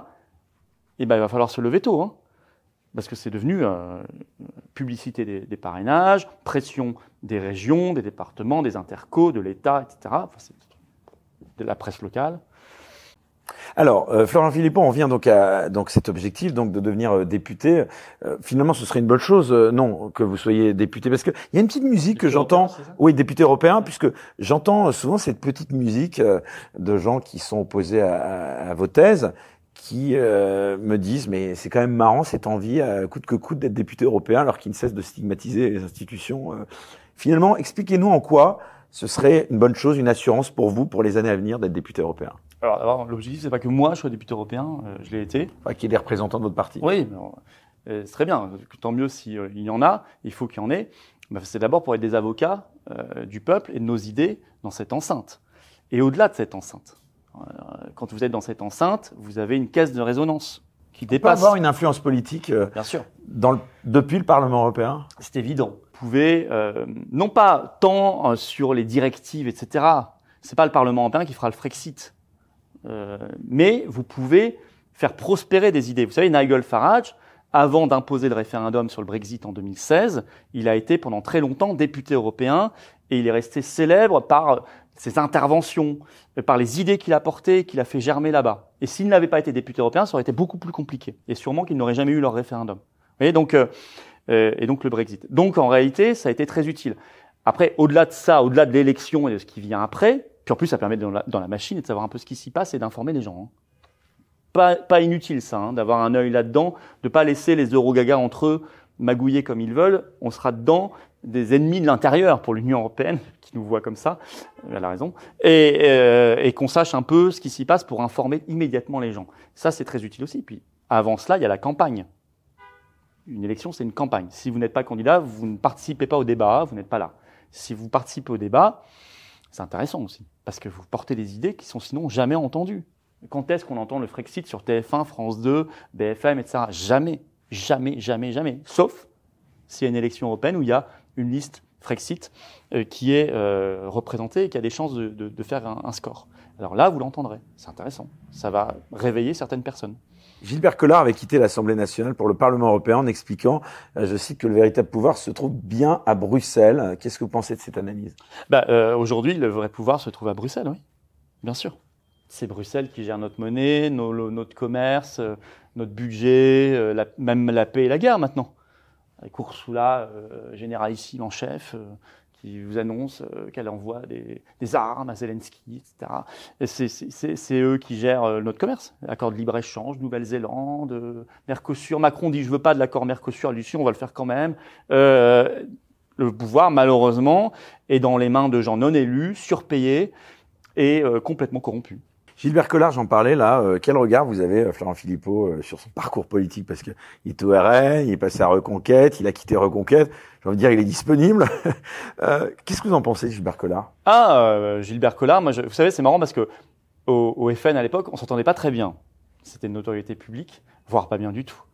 eh ben, il va falloir se lever tôt, hein, parce que c'est devenu publicité des parrainages, pression des régions, des départements, des intercos, de l'État, etc. Enfin, c'est de la presse locale. Alors, Florent Philippon, on vient donc à cet objectif donc de devenir député. Finalement, ce serait une bonne chose, non, que vous soyez député, parce que il y a une petite musique que j'entends. Oui, député européen, puisque j'entends souvent cette petite musique de gens qui sont opposés à vos thèses, qui me disent mais c'est quand même marrant cette envie coûte que coûte d'être député européen alors qu'ils ne cessent de stigmatiser les institutions. Finalement, expliquez-nous en quoi ce serait une bonne chose, une assurance pour vous pour les années à venir d'être député européen. Alors d'abord, l'objectif c'est pas que moi je sois député européen, je l'ai été. Enfin, qu'il y ait des représentants de votre parti. Oui, c'est très bien. Tant mieux s'il y en a, il faut qu'il y en ait. C'est d'abord pour être des avocats du peuple et de nos idées dans cette enceinte. Et au-delà de cette enceinte. Quand vous êtes dans cette enceinte, vous avez une caisse de résonance qui dépasse. On peut avoir une influence politique bien sûr. Depuis le Parlement européen. C'est évident. Vous pouvez, non pas tant sur les directives, etc. C'est pas le Parlement européen qui fera le Frexit. Mais vous pouvez faire prospérer des idées. Vous savez, Nigel Farage, avant d'imposer le référendum sur le Brexit en 2016, il a été pendant très longtemps député européen et il est resté célèbre par ses interventions, par les idées qu'il a portées, qu'il a fait germer là-bas. Et s'il n'avait pas été député européen, ça aurait été beaucoup plus compliqué. Et sûrement qu'ils n'auraient jamais eu leur référendum. Vous voyez, donc le Brexit. Donc en réalité, ça a été très utile. Après, au-delà de ça, au-delà de l'élection et de ce qui vient après, puis en plus ça permet dans la machine de savoir un peu ce qui s'y passe et d'informer les gens. Pas inutile ça, d'avoir un œil là-dedans, de pas laisser les Eurogagas entre eux magouiller comme ils veulent. On sera dedans des ennemis de l'intérieur pour l'Union européenne, qui nous voit comme ça, elle a raison, et qu'on sache un peu ce qui s'y passe pour informer immédiatement les gens. Ça, c'est très utile aussi. Puis avant cela, il y a la campagne. Une élection, c'est une campagne. Si vous n'êtes pas candidat, vous ne participez pas au débat, vous n'êtes pas là. Si vous participez au débat, c'est intéressant aussi, parce que vous portez des idées qui sont sinon jamais entendues. Quand est-ce qu'on entend le Frexit sur TF1, France 2, BFM, etc. Jamais, jamais, jamais, jamais. Sauf s'il y a une élection européenne où il y a une liste Frexit qui est représentée et qui a des chances de faire un score. Alors là, vous l'entendrez. C'est intéressant. Ça va réveiller certaines personnes. Gilbert Collard avait quitté l'Assemblée nationale pour le Parlement européen en expliquant, je cite, que le véritable pouvoir se trouve bien à Bruxelles. Qu'est-ce que vous pensez de cette analyse ? Aujourd'hui, le vrai pouvoir se trouve à Bruxelles, oui. Bien sûr. C'est Bruxelles qui gère notre monnaie, notre commerce, notre budget, même la paix et la guerre maintenant. Avec Ursula, généralissime en chef, qui vous annonce qu'elle envoie des armes à Zelensky, etc. Et c'est eux qui gèrent notre commerce. Accord de libre-échange, Nouvelle-Zélande, Mercosur. Macron dit « je veux pas de l'accord Mercosur », lui on va le faire quand même. Le pouvoir, malheureusement, est dans les mains de gens non élus, surpayés et complètement corrompus. Gilbert Collard, j'en parlais là. Quel regard vous avez, Florent Philippot, sur son parcours politique ? Parce que il est au RN, il est passé à Reconquête, il a quitté Reconquête. J'ai envie de dire, il est disponible. Qu'est-ce que vous en pensez, Gilbert Collard ? Gilbert Collard, moi, vous savez, c'est marrant parce que au FN à l'époque, on s'entendait pas très bien. C'était une notoriété publique, voire pas bien du tout.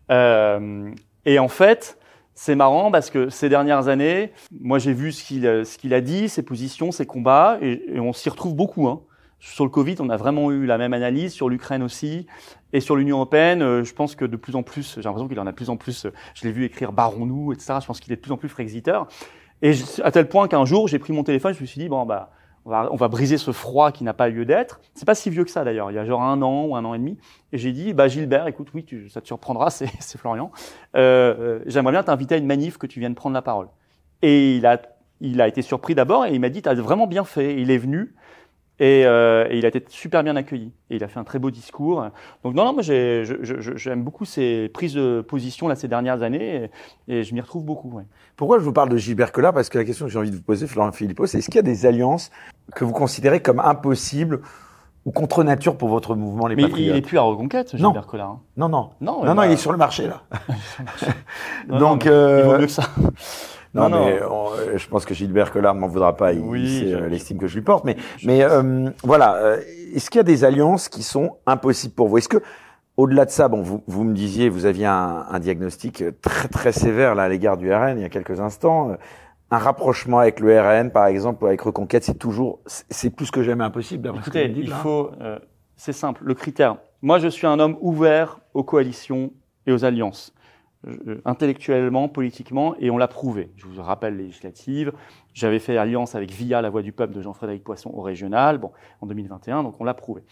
Et en fait, c'est marrant parce que ces dernières années, moi, j'ai vu ce qu'il a dit, ses positions, ses combats, et on s'y retrouve beaucoup, hein. Sur le Covid, on a vraiment eu la même analyse, sur l'Ukraine aussi, et sur l'Union européenne, je pense que de plus en plus, j'ai l'impression qu'il en a de plus en plus, je l'ai vu écrire « barrons-nous », etc., je pense qu'il est de plus en plus frexiteur, et à tel point qu'un jour, j'ai pris mon téléphone, je me suis dit, on va briser ce froid qui n'a pas lieu d'être. C'est pas si vieux que ça d'ailleurs, il y a genre 1 an ou 1 an et demi, et j'ai dit, Gilbert, écoute, oui, ça te surprendra, c'est Florian, j'aimerais bien t'inviter à une manif que tu viennes prendre la parole. Et il a été surpris d'abord, et il m'a dit, t'as vraiment bien fait, il est venu. Et il a été super bien accueilli. Et il a fait un très beau discours. Donc non, moi j'aime beaucoup ses prises de position là ces dernières années et je m'y retrouve beaucoup. Ouais. Pourquoi je vous parle de Gilbert Collard? Parce que la question que j'ai envie de vous poser, Florent Philippot, c'est est-ce qu'il y a des alliances que vous considérez comme impossibles ou contre nature pour votre mouvement Les Patriotes? Mais il n'est plus à Reconquête, Gilbert Collard. Hein. Non, il est sur le marché là. Donc il vaut mieux que ça. Mais je pense que Gilbert Collard ne m'en voudra pas. C'est l'estime que je lui porte. Voilà. Est-ce qu'il y a des alliances qui sont impossibles pour vous? Est-ce que, au-delà de ça, vous me disiez, vous aviez un diagnostic très très sévère là à l'égard du RN il y a quelques instants. Un rapprochement avec le RN, par exemple, ou avec Reconquête, c'est plus que jamais impossible. Écoutez, c'est simple. Le critère. Moi, je suis un homme ouvert aux coalitions et aux alliances. Intellectuellement, politiquement, et on l'a prouvé. Je vous rappelle les législatives. J'avais fait alliance avec VIA, la voix du peuple de Jean-Frédéric Poisson au régional, en 2021, donc on l'a prouvé.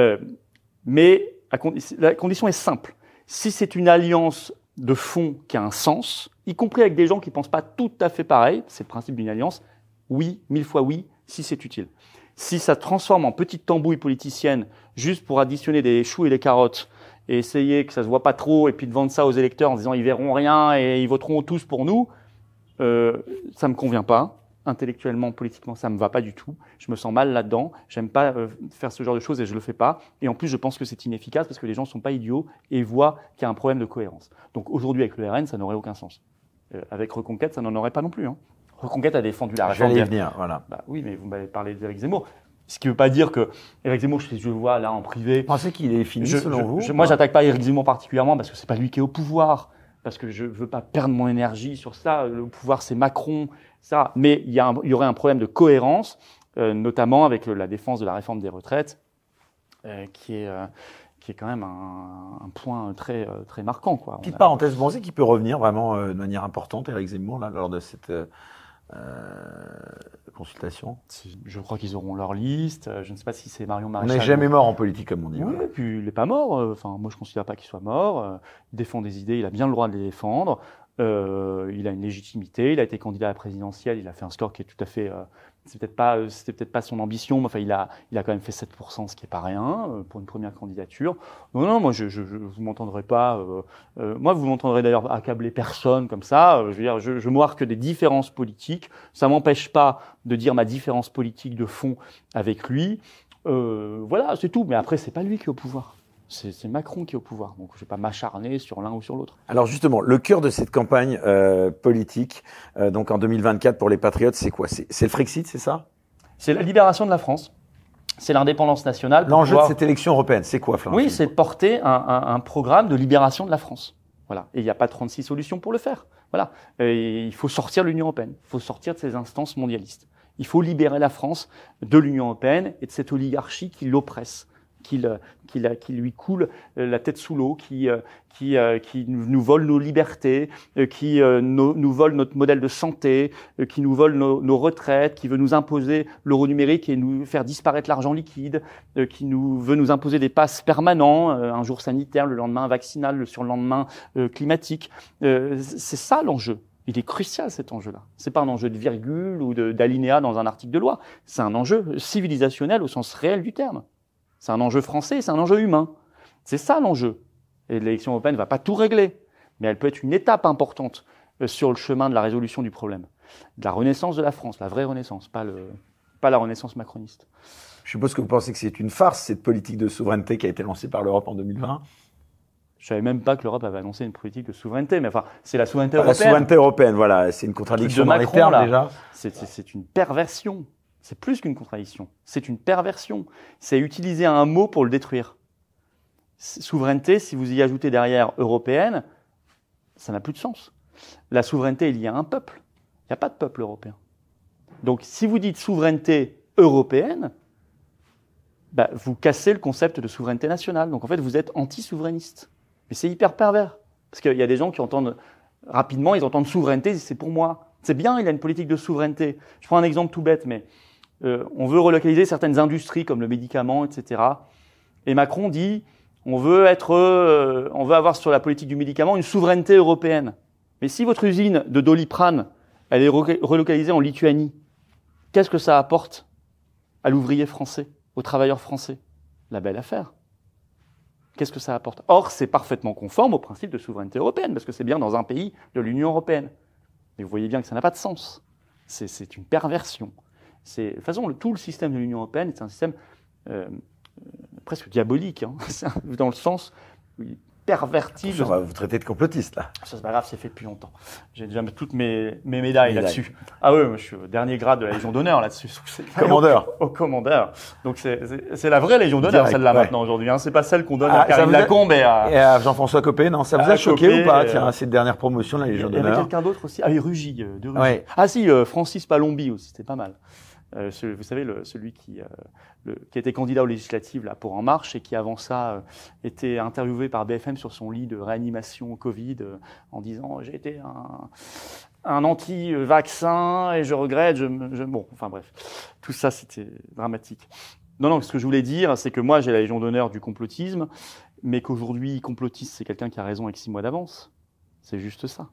Mais la condition est simple. Si c'est une alliance de fond qui a un sens, y compris avec des gens qui pensent pas tout à fait pareil, c'est le principe d'une alliance, oui, 1000 fois oui, si c'est utile. Si ça transforme en petite tambouille politicienne, juste pour additionner des choux et des carottes, et essayer que ça se voit pas trop, et puis de vendre ça aux électeurs en disant ils verront rien et ils voteront tous pour nous, ça me convient pas. Intellectuellement, politiquement, ça me va pas du tout. Je me sens mal là-dedans. J'aime pas faire ce genre de choses et je le fais pas. Et en plus, je pense que c'est inefficace parce que les gens sont pas idiots et voient qu'il y a un problème de cohérence. Donc aujourd'hui, avec le RN, ça n'aurait aucun sens. Avec Reconquête, ça n'en aurait pas non plus. Hein. Reconquête a défendu la réforme. J'allais y venir, voilà. Bah oui, mais vous m'avez parlé d'Éric Zemmour. Ce qui ne veut pas dire que Éric Zemmour, je le vois là en privé. Vous pensez qu'il est fini selon vous? Moi, j'attaque pas Éric Zemmour particulièrement parce que c'est pas lui qui est au pouvoir, parce que je veux pas perdre mon énergie sur ça. Le pouvoir, c'est Macron, ça. Mais il y aurait un problème de cohérence, notamment avec la défense de la réforme des retraites, qui est quand même un point très très marquant, quoi. Petite parenthèse, vous pensez qu'il peut revenir vraiment de manière importante, Éric Zemmour, là, lors de cette consultation? Je crois qu'ils auront leur liste. Je ne sais pas si c'est Marion Maréchal. On n'est jamais mort en politique, comme on dit. Oui, et puis il n'est pas mort. Moi, je ne considère pas qu'il soit mort. Il défend des idées, il a bien le droit de les défendre. Il a une légitimité. Il a été candidat à la présidentielle. Il a fait un score qui est tout à fait. C'était peut-être pas son ambition, mais enfin, il a quand même fait 7%, ce qui est pas rien pour une première candidature. Non, moi, vous m'entendrez pas. Moi, vous m'entendrez d'ailleurs accabler personne comme ça. Je veux dire, je marque des différences politiques. Ça m'empêche pas de dire ma différence politique de fond avec lui. Voilà, c'est tout. Mais après, c'est pas lui qui est au pouvoir. C'est Macron qui est au pouvoir, donc je ne vais pas m'acharner sur l'un ou sur l'autre. Alors justement, le cœur de cette campagne politique, donc en 2024 pour les Patriotes, c'est quoi? C'est le Frexit, c'est ça? C'est la libération de la France. C'est l'indépendance nationale. L'enjeu de cette élection européenne, c'est quoi, Florent? Oui, c'est de porter un programme de libération de la France. Voilà. Et il n'y a pas 36 solutions pour le faire. Voilà. Et il faut sortir de l'Union européenne. Il faut sortir de ces instances mondialistes. Il faut libérer la France de l'Union européenne et de cette oligarchie qui l'oppresse, qui lui coule la tête sous l'eau, qui nous vole nos libertés, qui nous vole notre modèle de santé, qui nous vole nos retraites, qui veut nous imposer l'euro numérique et nous faire disparaître l'argent liquide, qui veut nous imposer des passes permanents, un jour sanitaire, le lendemain vaccinal, le surlendemain climatique. C'est ça l'enjeu. Il est crucial cet enjeu-là. C'est pas un enjeu de virgule ou d'alinéa dans un article de loi. C'est un enjeu civilisationnel au sens réel du terme. C'est un enjeu français, c'est un enjeu humain. C'est ça l'enjeu. Et l'élection européenne ne va pas tout régler, mais elle peut être une étape importante sur le chemin de la résolution du problème. De la renaissance de la France, la vraie renaissance, pas la renaissance macroniste. Je suppose que vous pensez que c'est une farce, cette politique de souveraineté qui a été lancée par l'Europe en 2020 ? Je savais même pas que l'Europe avait annoncé une politique de souveraineté, mais enfin, c'est la souveraineté européenne. La souveraineté européenne, voilà, c'est une contradiction dans les termes déjà. C'est une perversion. C'est plus qu'une contradiction. C'est une perversion. C'est utiliser un mot pour le détruire. Souveraineté, si vous y ajoutez derrière européenne, ça n'a plus de sens. La souveraineté est liée à un peuple. Il n'y a pas de peuple européen. Donc, si vous dites souveraineté européenne, vous cassez le concept de souveraineté nationale. Donc, en fait, vous êtes anti-souverainiste. Mais c'est hyper pervers. Parce qu'il y a des gens qui entendent rapidement, ils entendent souveraineté, c'est pour moi. C'est bien, il a une politique de souveraineté. Je prends un exemple tout bête, mais on veut relocaliser certaines industries comme le médicament, etc. Et Macron dit, on veut avoir sur la politique du médicament une souveraineté européenne. Mais si votre usine de Doliprane, elle est relocalisée en Lituanie, qu'est-ce que ça apporte à l'ouvrier français, aux travailleurs français. La belle affaire. Qu'est-ce que ça apporte? Or, c'est parfaitement conforme au principe de souveraineté européenne, parce que c'est bien dans un pays de l'Union européenne. Mais vous voyez bien que ça n'a pas de sens. C'est une perversion. De toute façon, tout le système de l'Union européenne est un système presque diabolique, hein, dans le sens où il pervertit. On va vous traiter de complotiste, là. Ça, c'est pas grave, c'est fait depuis longtemps. J'ai déjà toutes mes médailles là-dessus. Ah oui, moi, je suis au dernier grade de la Légion d'honneur là-dessus. Commandeur. Au commandeur. Donc, c'est la vraie Légion d'honneur, celle-là, maintenant, aujourd'hui. Hein. C'est pas celle qu'on donne à Karine Lacombe et à Jean-François Copé. Non, ça vous a choqué ou pas? Tiens, cette dernière promotion de la Légion d'honneur. Il y avait quelqu'un d'autre aussi. Ah oui, Rugy, de Rugy. Ouais. Ah si, Francis Palombi aussi, c'était pas mal. Vous savez, celui qui était candidat aux législatives là, pour En Marche et qui, avant ça, était interviewé par BFM sur son lit de réanimation au Covid en disant « J'ai été un anti-vaccin et je regrette, Bon, enfin bref, tout ça, c'était dramatique. Non, ce que je voulais dire, c'est que moi, j'ai la Légion d'honneur du complotisme, mais qu'aujourd'hui, complotiste, c'est quelqu'un qui a raison avec 6 mois d'avance. C'est juste ça.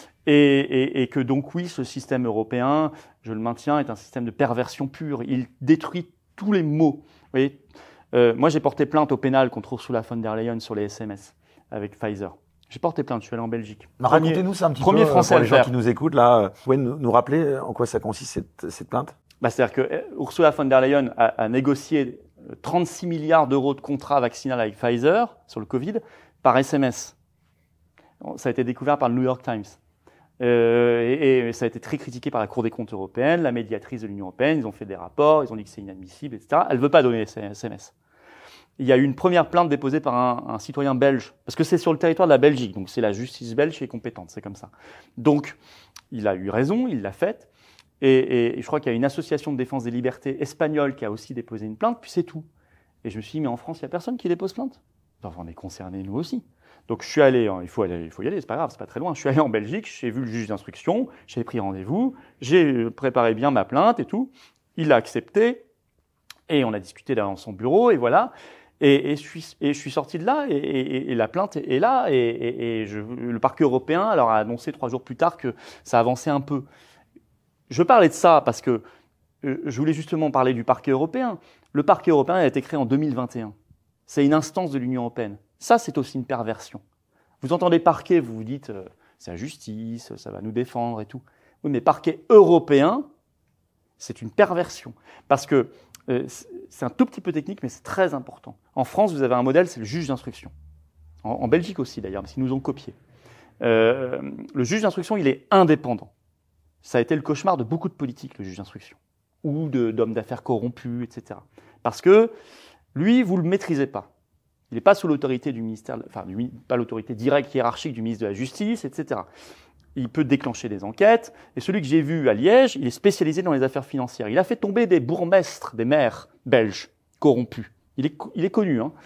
Et que donc oui, ce système européen, je le maintiens, est un système de perversion pure. Il détruit tous les mots. Vous voyez, moi, j'ai porté plainte au pénal contre Ursula von der Leyen sur les SMS avec Pfizer. J'ai porté plainte, je suis allé en Belgique. Racontez-nous ça un petit peu Français pour les gens qui nous écoutent. Là, vous pouvez nous rappeler en quoi ça consiste cette plainte? C'est-à-dire que Ursula von der Leyen a négocié 36 milliards d'euros de contrats vaccinal avec Pfizer sur le Covid par SMS. Ça a été découvert par le New York Times. Et ça a été très critiqué par la Cour des comptes européenne, la médiatrice de l'Union européenne. Ils ont fait des rapports, ils ont dit que c'est inadmissible, etc. Elle ne veut pas donner ces SMS. Il y a eu une première plainte déposée par un citoyen belge, parce que c'est sur le territoire de la Belgique, donc c'est la justice belge qui est compétente, c'est comme ça. Donc, il a eu raison, il l'a faite, et je crois qu'il y a une association de défense des libertés espagnole qui a aussi déposé une plainte, puis c'est tout. Et je me suis dit, mais en France, il n'y a personne qui dépose plainte. Enfin, on est concernés, nous aussi. Donc je suis allé, il faut y aller, c'est pas grave, c'est pas très loin. Je suis allé en Belgique, j'ai vu le juge d'instruction, j'ai pris rendez-vous, j'ai préparé bien ma plainte et tout. Il a accepté et on a discuté dans son bureau et voilà. Et je suis sorti de là et la plainte est là et le parquet européen alors a annoncé 3 jours plus tard que ça avançait un peu. Je parlais de ça parce que je voulais justement parler du parquet européen. Le parquet européen a été créé en 2021. C'est une instance de l'Union européenne. Ça, c'est aussi une perversion. Vous entendez parquet, vous vous dites c'est la justice, ça va nous défendre et tout. Oui, mais parquet européen, c'est une perversion. Parce que c'est un tout petit peu technique, mais c'est très important. En France, vous avez un modèle, c'est le juge d'instruction. En Belgique aussi, d'ailleurs, parce qu'ils nous ont copié. Le juge d'instruction, il est indépendant. Ça a été le cauchemar de beaucoup de politiques, le juge d'instruction. Ou d'hommes d'affaires corrompus, etc. Parce que lui, vous ne le maîtrisez pas. Il n'est pas sous l'autorité du ministère, pas l'autorité directe hiérarchique du ministre de la Justice, etc. Il peut déclencher des enquêtes. Et celui que j'ai vu à Liège, il est spécialisé dans les affaires financières. Il a fait tomber des bourgmestres, des maires belges corrompus. Il est connu. Hein.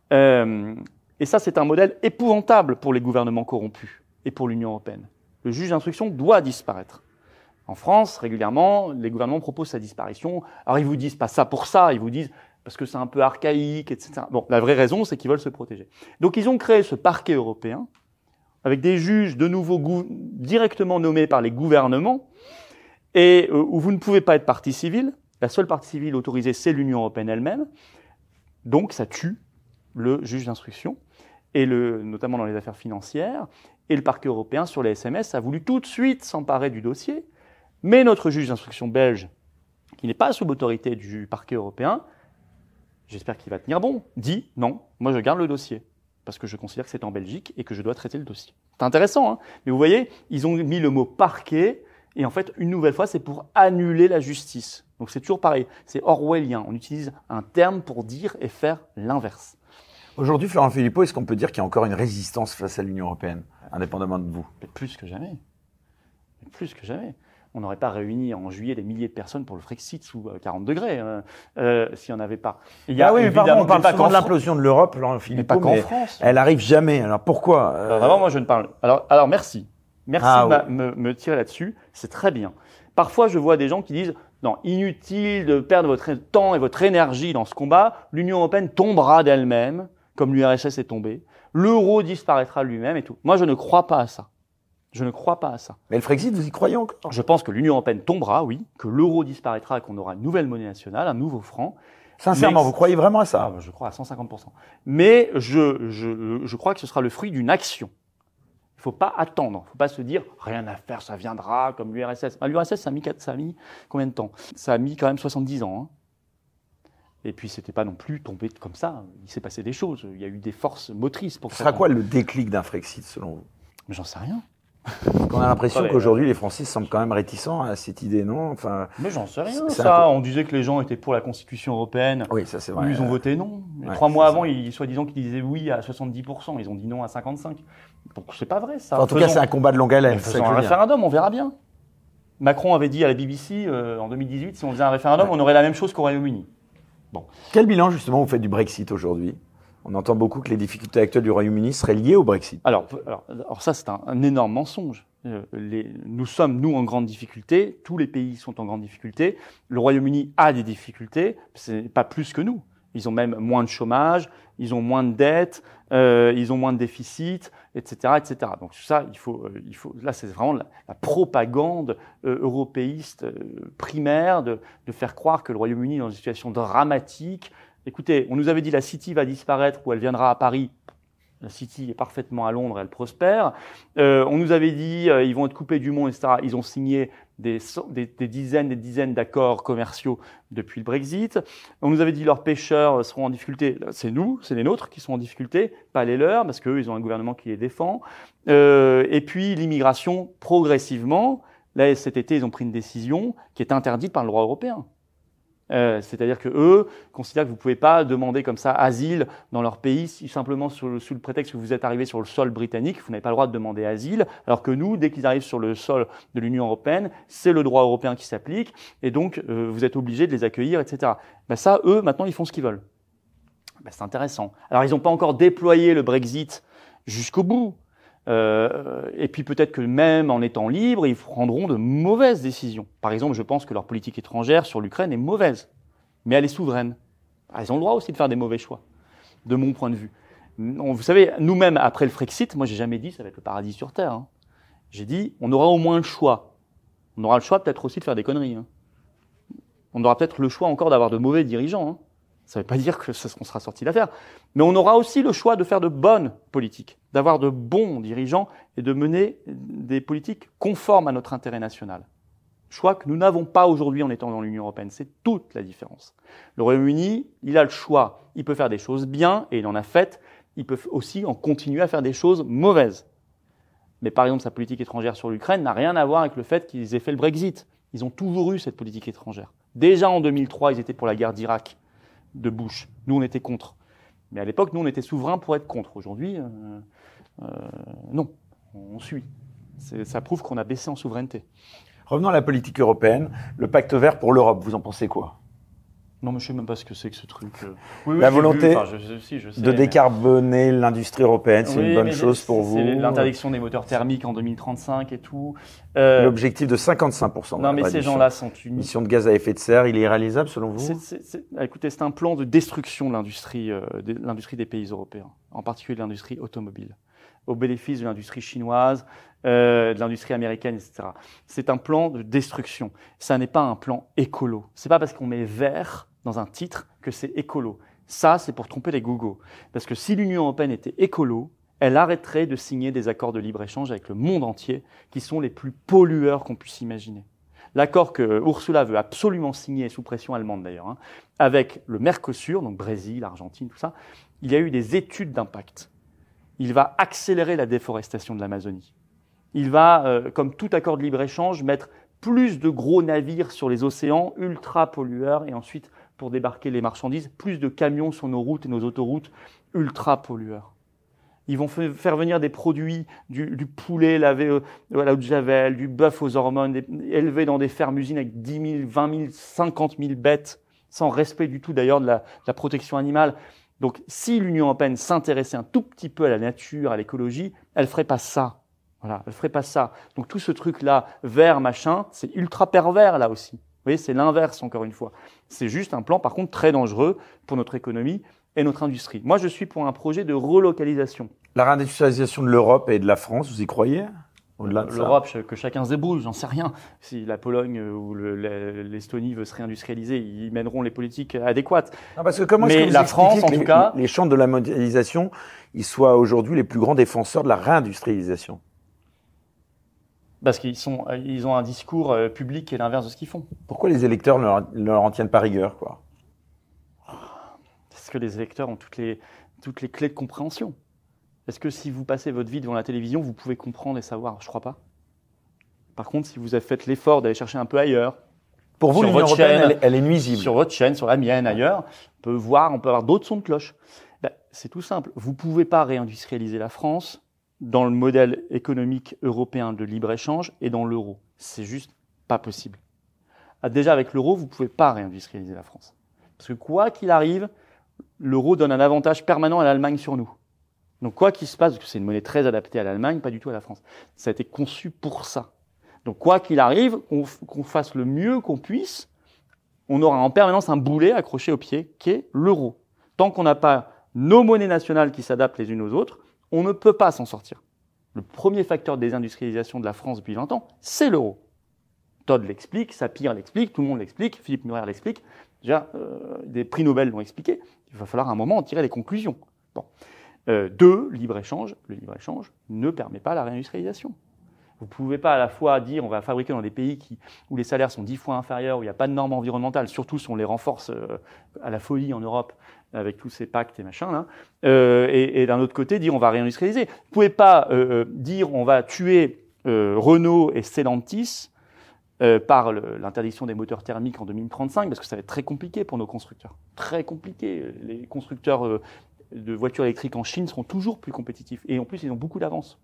Et ça, c'est un modèle épouvantable pour les gouvernements corrompus et pour l'Union européenne. Le juge d'instruction doit disparaître. En France, régulièrement, les gouvernements proposent sa disparition. Alors, ils vous disent pas ça pour ça, ils vous disent parce que c'est un peu archaïque, etc. Bon, la vraie raison, c'est qu'ils veulent se protéger. Donc, ils ont créé ce parquet européen avec des juges de nouveau directement nommés par les gouvernements et où vous ne pouvez pas être partie civile. La seule partie civile autorisée, c'est l'Union européenne elle-même. Donc, ça tue le juge d'instruction, et notamment dans les affaires financières. Et le parquet européen, sur les SMS, a voulu tout de suite s'emparer du dossier. Mais notre juge d'instruction belge, qui n'est pas sous l'autorité du parquet européen, j'espère qu'il va tenir bon, dit non, moi je garde le dossier, parce que je considère que c'est en Belgique et que je dois traiter le dossier. C'est intéressant, hein, mais vous voyez, ils ont mis le mot parquet, et en fait, une nouvelle fois, c'est pour annuler la justice. Donc c'est toujours pareil, c'est orwellien, on utilise un terme pour dire et faire l'inverse. Aujourd'hui, Florent Philippot, est-ce qu'on peut dire qu'il y a encore une résistance face à l'Union européenne, indépendamment de vous? Plus que jamais. Plus que jamais. On n'aurait pas réuni en juillet des milliers de personnes pour le Frexit sous 40 degrés, s'il n'y en avait pas. Oui, mais pardon, on parle souvent de l'implosion de l'Europe, Florent Philippot, mais pas qu'en France. Elle arrive jamais. Alors pourquoi Vraiment, moi je ne parle. Alors merci. Merci de me tirer là-dessus. C'est très bien. Parfois, je vois des gens qui disent non, inutile de perdre votre temps et votre énergie dans ce combat. L'Union européenne tombera d'elle-même, comme l'URSS est tombée. L'euro disparaîtra lui-même et tout. Moi, je ne crois pas à ça. Je ne crois pas à ça. Mais le Frexit, vous y croyez encore? Je pense que l'Union européenne tombera, oui, que l'euro disparaîtra, qu'on aura une nouvelle monnaie nationale, un nouveau franc. Sincèrement, vous croyez vraiment à ça? Je crois à 150%. Mais je crois que ce sera le fruit d'une action. Il ne faut pas attendre. Il ne faut pas se dire rien à faire, ça viendra comme l'URSS. L'URSS, ça a mis combien de temps? Ça a mis quand même 70 ans. Hein. Et puis, c'était pas non plus tombé comme ça. Il s'est passé des choses. Il y a eu des forces motrices pour ça. Ce sera quoi le déclic d'un Frexit, selon vous? Mais j'en sais rien. On a l'impression qu'aujourd'hui, les Français semblent quand même réticents à cette idée, non? Enfin, mais j'en sais rien. Ça, on disait que les gens étaient pour la Constitution européenne. Oui, ça c'est vrai. Ils ont voté non. Ouais, 3 mois avant, soi-disant qu'ils disaient oui à 70%. Ils ont dit non à 55%. Donc, c'est pas vrai, ça. En tout cas, c'est un combat de longue haleine. Faisons un référendum, on verra bien. Macron avait dit à la BBC en 2018, si on faisait un référendum, on aurait la même chose qu'au Royaume-Uni. Bon. Quel bilan, justement, vous faites du Brexit aujourd'hui? On entend beaucoup que les difficultés actuelles du Royaume-Uni seraient liées au Brexit. Alors ça, c'est un énorme mensonge. Nous sommes, nous, en grande difficulté. Tous les pays sont en grande difficulté. Le Royaume-Uni a des difficultés. C'est pas plus que nous. Ils ont même moins de chômage, ils ont moins de dettes, ils ont moins de déficits, etc., etc. Donc ça, il faut. Là, c'est vraiment la propagande européiste primaire de faire croire que le Royaume-Uni est dans une situation dramatique. Écoutez, on nous avait dit la City va disparaître ou elle viendra à Paris. La City est parfaitement à Londres, elle prospère. On nous avait dit ils vont être coupés du monde, etc. Ils ont signé des dizaines d'accords commerciaux depuis le Brexit. On nous avait dit leurs pêcheurs seront en difficulté. C'est nous, c'est les nôtres qui sont en difficulté, pas les leurs, parce qu'eux, ils ont un gouvernement qui les défend. Et puis l'immigration, progressivement, là cet été, ils ont pris une décision qui est interdite par le droit européen. C'est-à-dire que eux considèrent que vous pouvez pas demander comme ça asile dans leur pays simplement sous le prétexte que vous êtes arrivé sur le sol britannique, vous n'avez pas le droit de demander asile, alors que nous, dès qu'ils arrivent sur le sol de l'Union européenne, c'est le droit européen qui s'applique, et donc vous êtes obligé de les accueillir, etc. Ben ça, eux, maintenant, ils font ce qu'ils veulent. Ben, c'est intéressant. Alors, ils n'ont pas encore déployé le Brexit jusqu'au bout. Et puis peut-être que même en étant libres, ils prendront de mauvaises décisions. Par exemple, je pense que leur politique étrangère sur l'Ukraine est mauvaise, mais elle est souveraine. Ils ont le droit aussi de faire des mauvais choix, de mon point de vue. Vous savez, nous-mêmes, après le Frexit, moi j'ai jamais dit ça va être le paradis sur Terre. Hein. J'ai dit on aura au moins le choix. On aura le choix peut-être aussi de faire des conneries. Hein. On aura peut-être le choix encore d'avoir de mauvais dirigeants. Hein. Ça ne veut pas dire que c'est ce qu'on sera sorti d'affaire. Mais on aura aussi le choix de faire de bonnes politiques, d'avoir de bons dirigeants et de mener des politiques conformes à notre intérêt national. Choix que nous n'avons pas aujourd'hui en étant dans l'Union européenne. C'est toute la différence. Le Royaume-Uni, il a le choix. Il peut faire des choses bien, et il en a fait. Il peut aussi en continuer à faire des choses mauvaises. Mais par exemple, sa politique étrangère sur l'Ukraine n'a rien à voir avec le fait qu'ils aient fait le Brexit. Ils ont toujours eu cette politique étrangère. Déjà en 2003, ils étaient pour la guerre d'Irak de Bush. Nous, on était contre. Mais à l'époque, nous, on était souverains pour être contre. Aujourd'hui, non, on suit. Ça prouve qu'on a baissé en souveraineté. Revenons à la politique européenne. Le pacte vert pour l'Europe, vous en pensez quoi? Non, mais je ne sais même pas ce que c'est que ce truc. La volonté de décarboner l'industrie européenne, c'est une bonne chose pour vous? C'est l'interdiction des moteurs thermiques en 2035 et tout. L'objectif de 55%. Non, mais ces gens-là sont une émission de gaz à effet de serre. Il est irréalisable selon vous? Écoutez, c'est un plan de destruction de l'industrie des pays européens, en particulier de l'industrie automobile, au bénéfice de l'industrie chinoise, de l'industrie américaine, etc. C'est un plan de destruction. Ça n'est pas un plan écolo. C'est pas parce qu'on met vert dans un titre que c'est écolo. Ça, c'est pour tromper les gogos. Parce que si l'Union européenne était écolo, elle arrêterait de signer des accords de libre-échange avec le monde entier, qui sont les plus pollueurs qu'on puisse imaginer. L'accord que Ursula veut absolument signer, sous pression allemande d'ailleurs, avec le Mercosur, donc Brésil, Argentine, tout ça, il y a eu des études d'impact. Il va accélérer la déforestation de l'Amazonie. Il va, comme tout accord de libre-échange, mettre plus de gros navires sur les océans, ultra pollueurs, et ensuite, pour débarquer les marchandises, plus de camions sur nos routes et nos autoroutes, ultra pollueurs. Ils vont faire venir des produits, du poulet lavé à l'eau de Javel, du bœuf aux hormones, élevé dans des fermes-usines avec 10 000, 20 000, 50 000 bêtes, sans respect du tout d'ailleurs de la protection animale. Donc, si l'Union européenne s'intéressait un tout petit peu à la nature, à l'écologie, elle ferait pas ça. Voilà, elle ferait pas ça. Donc, tout ce truc-là, vert, machin, c'est ultra pervers, là aussi. Vous voyez, c'est l'inverse, encore une fois. C'est juste un plan, par contre, très dangereux pour notre économie et notre industrie. Moi, je suis pour un projet de relocalisation. La réindustrialisation de l'Europe et de la France, vous y croyez? Au-delà de ça. L'Europe, que chacun se débrouille, j'en sais rien. Si la Pologne ou l'Estonie veut se réindustrialiser, ils mèneront les politiques adéquates. Non, parce que comment est-ce que vous la France, en que tout cas, les champs de la mondialisation, ils soient aujourd'hui les plus grands défenseurs de la réindustrialisation? Parce ils ont un discours public qui est l'inverse de ce qu'ils font. Pourquoi les électeurs ne leur en tiennent pas rigueur, quoi? Parce que les électeurs ont toutes les clés de compréhension. Est-ce que si vous passez votre vie devant la télévision, vous pouvez comprendre et savoir? Je crois pas. Par contre, si vous avez fait l'effort d'aller chercher un peu ailleurs, pour vous, l'Union européenne, elle est nuisible. Sur votre chaîne, sur la mienne, ailleurs, on peut avoir d'autres sons de cloche. Ben, c'est tout simple. Vous pouvez pas réindustrialiser la France dans le modèle économique européen de libre-échange et dans l'euro. C'est juste pas possible. Déjà, avec l'euro, vous pouvez pas réindustrialiser la France. Parce que quoi qu'il arrive, l'euro donne un avantage permanent à l'Allemagne sur nous. Donc quoi qu'il se passe, parce que c'est une monnaie très adaptée à l'Allemagne, pas du tout à la France. Ça a été conçu pour ça. Donc quoi qu'il arrive, qu'on fasse le mieux qu'on puisse, on aura en permanence un boulet accroché au pied qui est l'euro. Tant qu'on n'a pas nos monnaies nationales qui s'adaptent les unes aux autres, on ne peut pas s'en sortir. Le premier facteur de désindustrialisation de la France depuis 20 ans, c'est l'euro. Todd l'explique, Sapir l'explique, tout le monde l'explique, Philippe Murer l'explique. Déjà, des prix Nobel l'ont expliqué. Il va falloir à un moment en tirer les conclusions. Bon. Le libre-échange ne permet pas la réindustrialisation. Vous ne pouvez pas à la fois dire on va fabriquer dans des pays où les salaires sont 10 fois inférieurs, où il n'y a pas de normes environnementales, surtout si on les renforce à la folie en Europe avec tous ces pactes et machins là, et d'un autre côté dire on va réindustrialiser. Vous ne pouvez pas dire on va tuer Renault et Stellantis par l'interdiction des moteurs thermiques en 2035, parce que ça va être très compliqué pour nos constructeurs. Très compliqué. Les constructeurs de voitures électriques en Chine seront toujours plus compétitifs. Et en plus, ils ont beaucoup d'avance.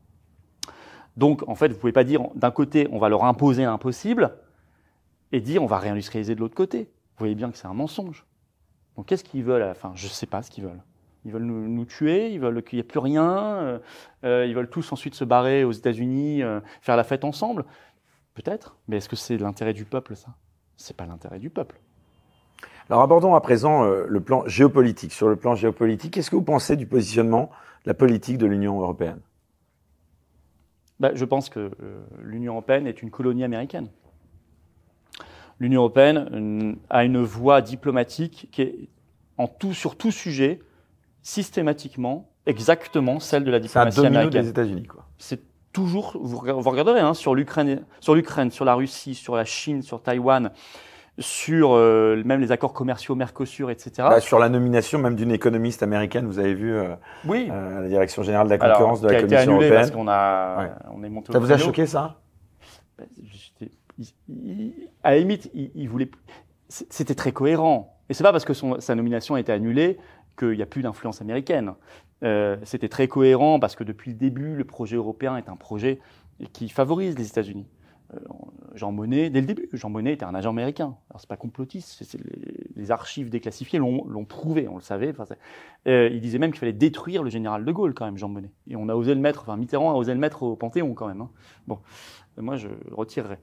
Donc, en fait, vous ne pouvez pas dire, d'un côté, on va leur imposer l'impossible, et dire, on va réindustrialiser de l'autre côté. Vous voyez bien que c'est un mensonge. Donc, qu'est-ce qu'ils veulent à la fin? Je ne sais pas ce qu'ils veulent. Ils veulent nous tuer, ils veulent qu'il n'y ait plus rien, ils veulent tous ensuite se barrer aux États-Unis, faire la fête ensemble. Peut-être, mais est-ce que c'est l'intérêt du peuple, ça? C'est pas l'intérêt du peuple. Alors abordons à présent le plan géopolitique. Sur le plan géopolitique, qu'est-ce que vous pensez du positionnement de la politique de l'Union européenne? Je pense que l'Union européenne est une colonie américaine. L'Union européenne a une voie diplomatique qui est sur tout sujet, systématiquement, exactement celle de la diplomatie américaine. C'est un domino des États-Unis, quoi. C'est toujours, vous regarderez, sur l'Ukraine, sur la Russie, sur la Chine, sur Taïwan, sur même les accords commerciaux Mercosur, etc. Sur la nomination même d'une économiste américaine, vous avez vu oui. À la direction générale de la concurrence de la Commission européenne. Qui a été annulée parce qu'on on est monté au Ça vous a choqué, ça? À la limite, il voulait. C'était très cohérent. Et c'est pas parce que sa nomination a été annulée qu'il n'y a plus d'influence américaine. C'était très cohérent parce que depuis le début, le projet européen est un projet qui favorise les États-Unis. Jean Monnet, dès le début, Jean Monnet était un agent américain. Alors c'est pas complotiste, les archives déclassifiées l'ont prouvé, on le savait. Il disait même qu'il fallait détruire le général de Gaulle quand même, Jean Monnet. Et on a osé le mettre, Mitterrand a osé le mettre au Panthéon quand même. Hein. Bon, moi je le retirerai.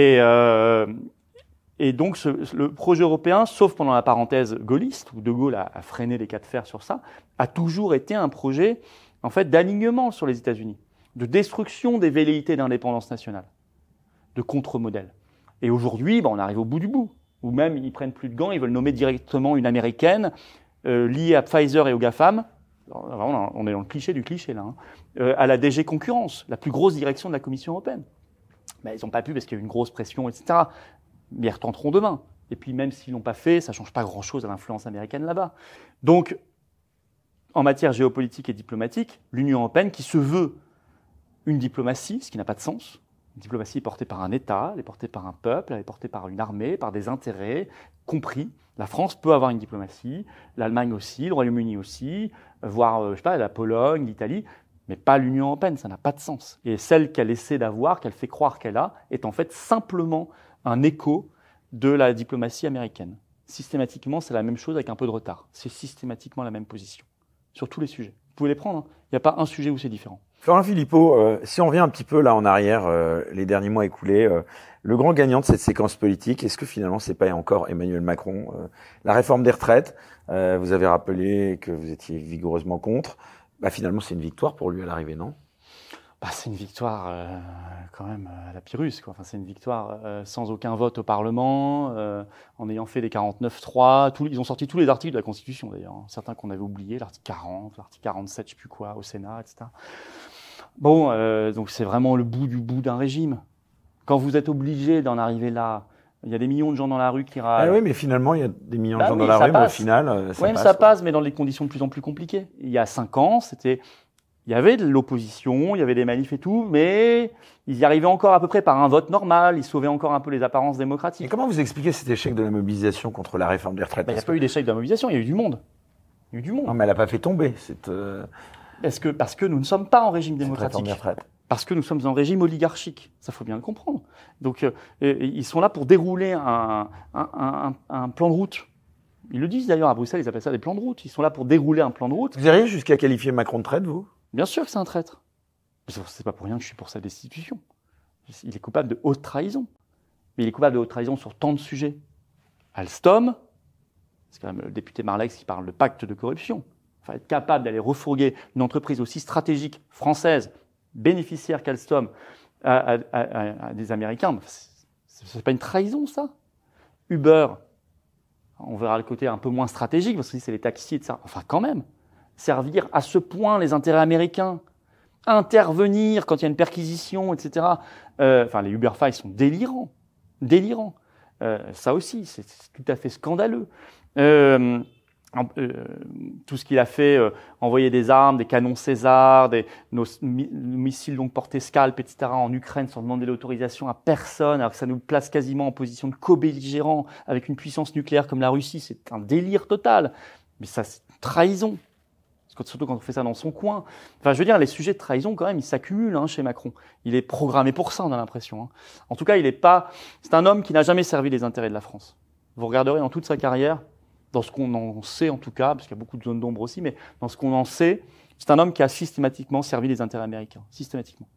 Et donc le projet européen, sauf pendant la parenthèse gaulliste, où de Gaulle a freiné les cas de fer sur ça, a toujours été un projet en fait d'alignement sur les États-Unis, de destruction des velléités d'indépendance nationale, de contre-modèle. Et aujourd'hui, on arrive au bout du bout, où même ils prennent plus de gants, ils veulent nommer directement une américaine liée à Pfizer et au GAFAM. Alors, on est dans le cliché du cliché là, à la DG Concurrence, la plus grosse direction de la Commission européenne. Mais ils n'ont pas pu parce qu'il y a eu une grosse pression, etc. Mais ils retenteront demain. Et puis même s'ils l'ont pas fait, ça change pas grand-chose à l'influence américaine là-bas. Donc, en matière géopolitique et diplomatique, l'Union européenne qui se veut une diplomatie, ce qui n'a pas de sens. Une diplomatie est portée par un État, elle est portée par un peuple, elle est portée par une armée, par des intérêts compris. La France peut avoir une diplomatie, l'Allemagne aussi, le Royaume-Uni aussi, voire, la Pologne, l'Italie, mais pas l'Union européenne, ça n'a pas de sens. Et celle qu'elle essaie d'avoir, qu'elle fait croire qu'elle a, est en fait simplement un écho de la diplomatie américaine. Systématiquement, c'est la même chose avec un peu de retard. C'est systématiquement la même position, sur tous les sujets. Vous pouvez les prendre, il n'y a pas un sujet où c'est différent. Florent Philippot, si on revient un petit peu là en arrière, les derniers mois écoulés, le grand gagnant de cette séquence politique, est-ce que finalement c'est pas encore Emmanuel Macron? La réforme des retraites, vous avez rappelé que vous étiez vigoureusement contre. Finalement, c'est une victoire pour lui à l'arrivée, non? C'est une victoire quand même à la Pyrrhus, quoi. Enfin, c'est une victoire sans aucun vote au Parlement, en ayant fait des 49-3. Ils ont sorti tous les articles de la Constitution, d'ailleurs. Hein. Certains qu'on avait oubliés, l'article 40, l'article 47, je sais plus quoi, au Sénat, etc. Bon, donc c'est vraiment le bout du bout d'un régime. Quand vous êtes obligé d'en arriver là, il y a des millions de gens dans la rue qui râlent. Ah oui, mais finalement, il y a des millions de gens dans la rue, mais au final, ça passe. Ça passe, mais dans des conditions de plus en plus compliquées. Il y a 5 ans, il y avait de l'opposition, il y avait des manifs et tout, mais ils y arrivaient encore à peu près par un vote normal, ils sauvaient encore un peu les apparences démocratiques. Et comment vous expliquez cet échec de la mobilisation contre la réforme des retraites? Il n'y a pas eu d'échec de la mobilisation, il y a eu du monde. Non, mais elle n'a pas fait tomber cette... Parce que nous ne sommes pas en régime démocratique. Réforme des retraites. Parce que nous sommes en régime oligarchique. Ça, faut bien le comprendre. Donc, ils sont là pour dérouler un plan de route. Ils le disent d'ailleurs à Bruxelles, ils appellent ça des plans de route. Ils sont là pour dérouler un plan de route. Vous iriez jusqu'à qualifier Macron de traître, vous? Bien sûr que c'est un traître. C'est pas pour rien que je suis pour sa destitution. Il est coupable de haute trahison. Mais il est coupable de haute trahison sur tant de sujets. Alstom, c'est quand même le député Marlex qui parle de pacte de corruption. Enfin, être capable d'aller refourguer une entreprise aussi stratégique française, bénéficiaire qu'Alstom, à des Américains, c'est pas une trahison, ça? Uber, on verra le côté un peu moins stratégique, parce que c'est les taxis et ça. Enfin, quand même, servir à ce point les intérêts américains, intervenir quand il y a une perquisition, etc. Les Uber Files sont délirants. Ça aussi, c'est tout à fait scandaleux. Tout ce qu'il a fait, envoyer des armes, des canons César, nos missiles longue portée Scalp, etc. en Ukraine sans demander l'autorisation à personne, alors que ça nous place quasiment en position de co-belligérant avec une puissance nucléaire comme la Russie, c'est un délire total. Mais ça, c'est une trahison. Surtout quand on fait ça dans son coin. Enfin, je veux dire, les sujets de trahison, quand même, ils s'accumulent chez Macron. Il est programmé pour ça, on a l'impression. En tout cas, c'est un homme qui n'a jamais servi les intérêts de la France. Vous regarderez dans toute sa carrière, dans ce qu'on en sait en tout cas, parce qu'il y a beaucoup de zones d'ombre aussi, mais dans ce qu'on en sait, c'est un homme qui a systématiquement servi les intérêts américains. Systématiquement.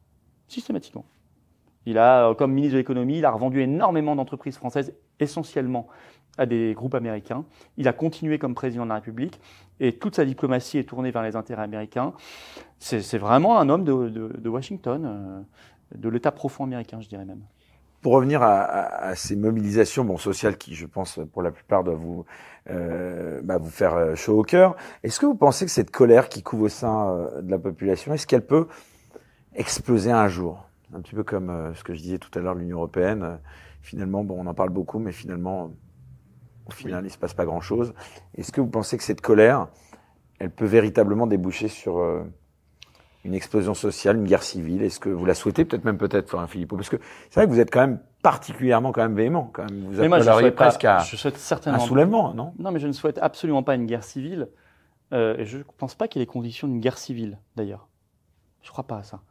Il a, comme ministre de l'économie, il a revendu énormément d'entreprises françaises, essentiellement à des groupes américains. Il a continué comme président de la République et toute sa diplomatie est tournée vers les intérêts américains. C'est vraiment un homme de Washington, de l'État profond américain, je dirais même. Pour revenir à ces mobilisations sociales qui, je pense, pour la plupart doivent vous faire chaud au cœur, est-ce que vous pensez que cette colère qui couve au sein de la population, est-ce qu'elle peut exploser un jour? Un petit peu comme ce que je disais tout à l'heure, l'Union européenne. Finalement, on en parle beaucoup, mais finalement, au final, il ne se passe pas grand-chose. Est-ce que vous pensez que cette colère, elle peut véritablement déboucher sur une explosion sociale, une guerre civile? Est-ce que vous la souhaitez? Peut-être, Florian Philippot. Parce que c'est vrai que vous êtes quand même particulièrement véhément. Quand même. Vous appelleriez presque à un soulèvement, non? Non, mais je ne souhaite absolument pas une guerre civile. Et je ne pense pas qu'il y ait les conditions d'une guerre civile, d'ailleurs. Je ne crois pas à ça.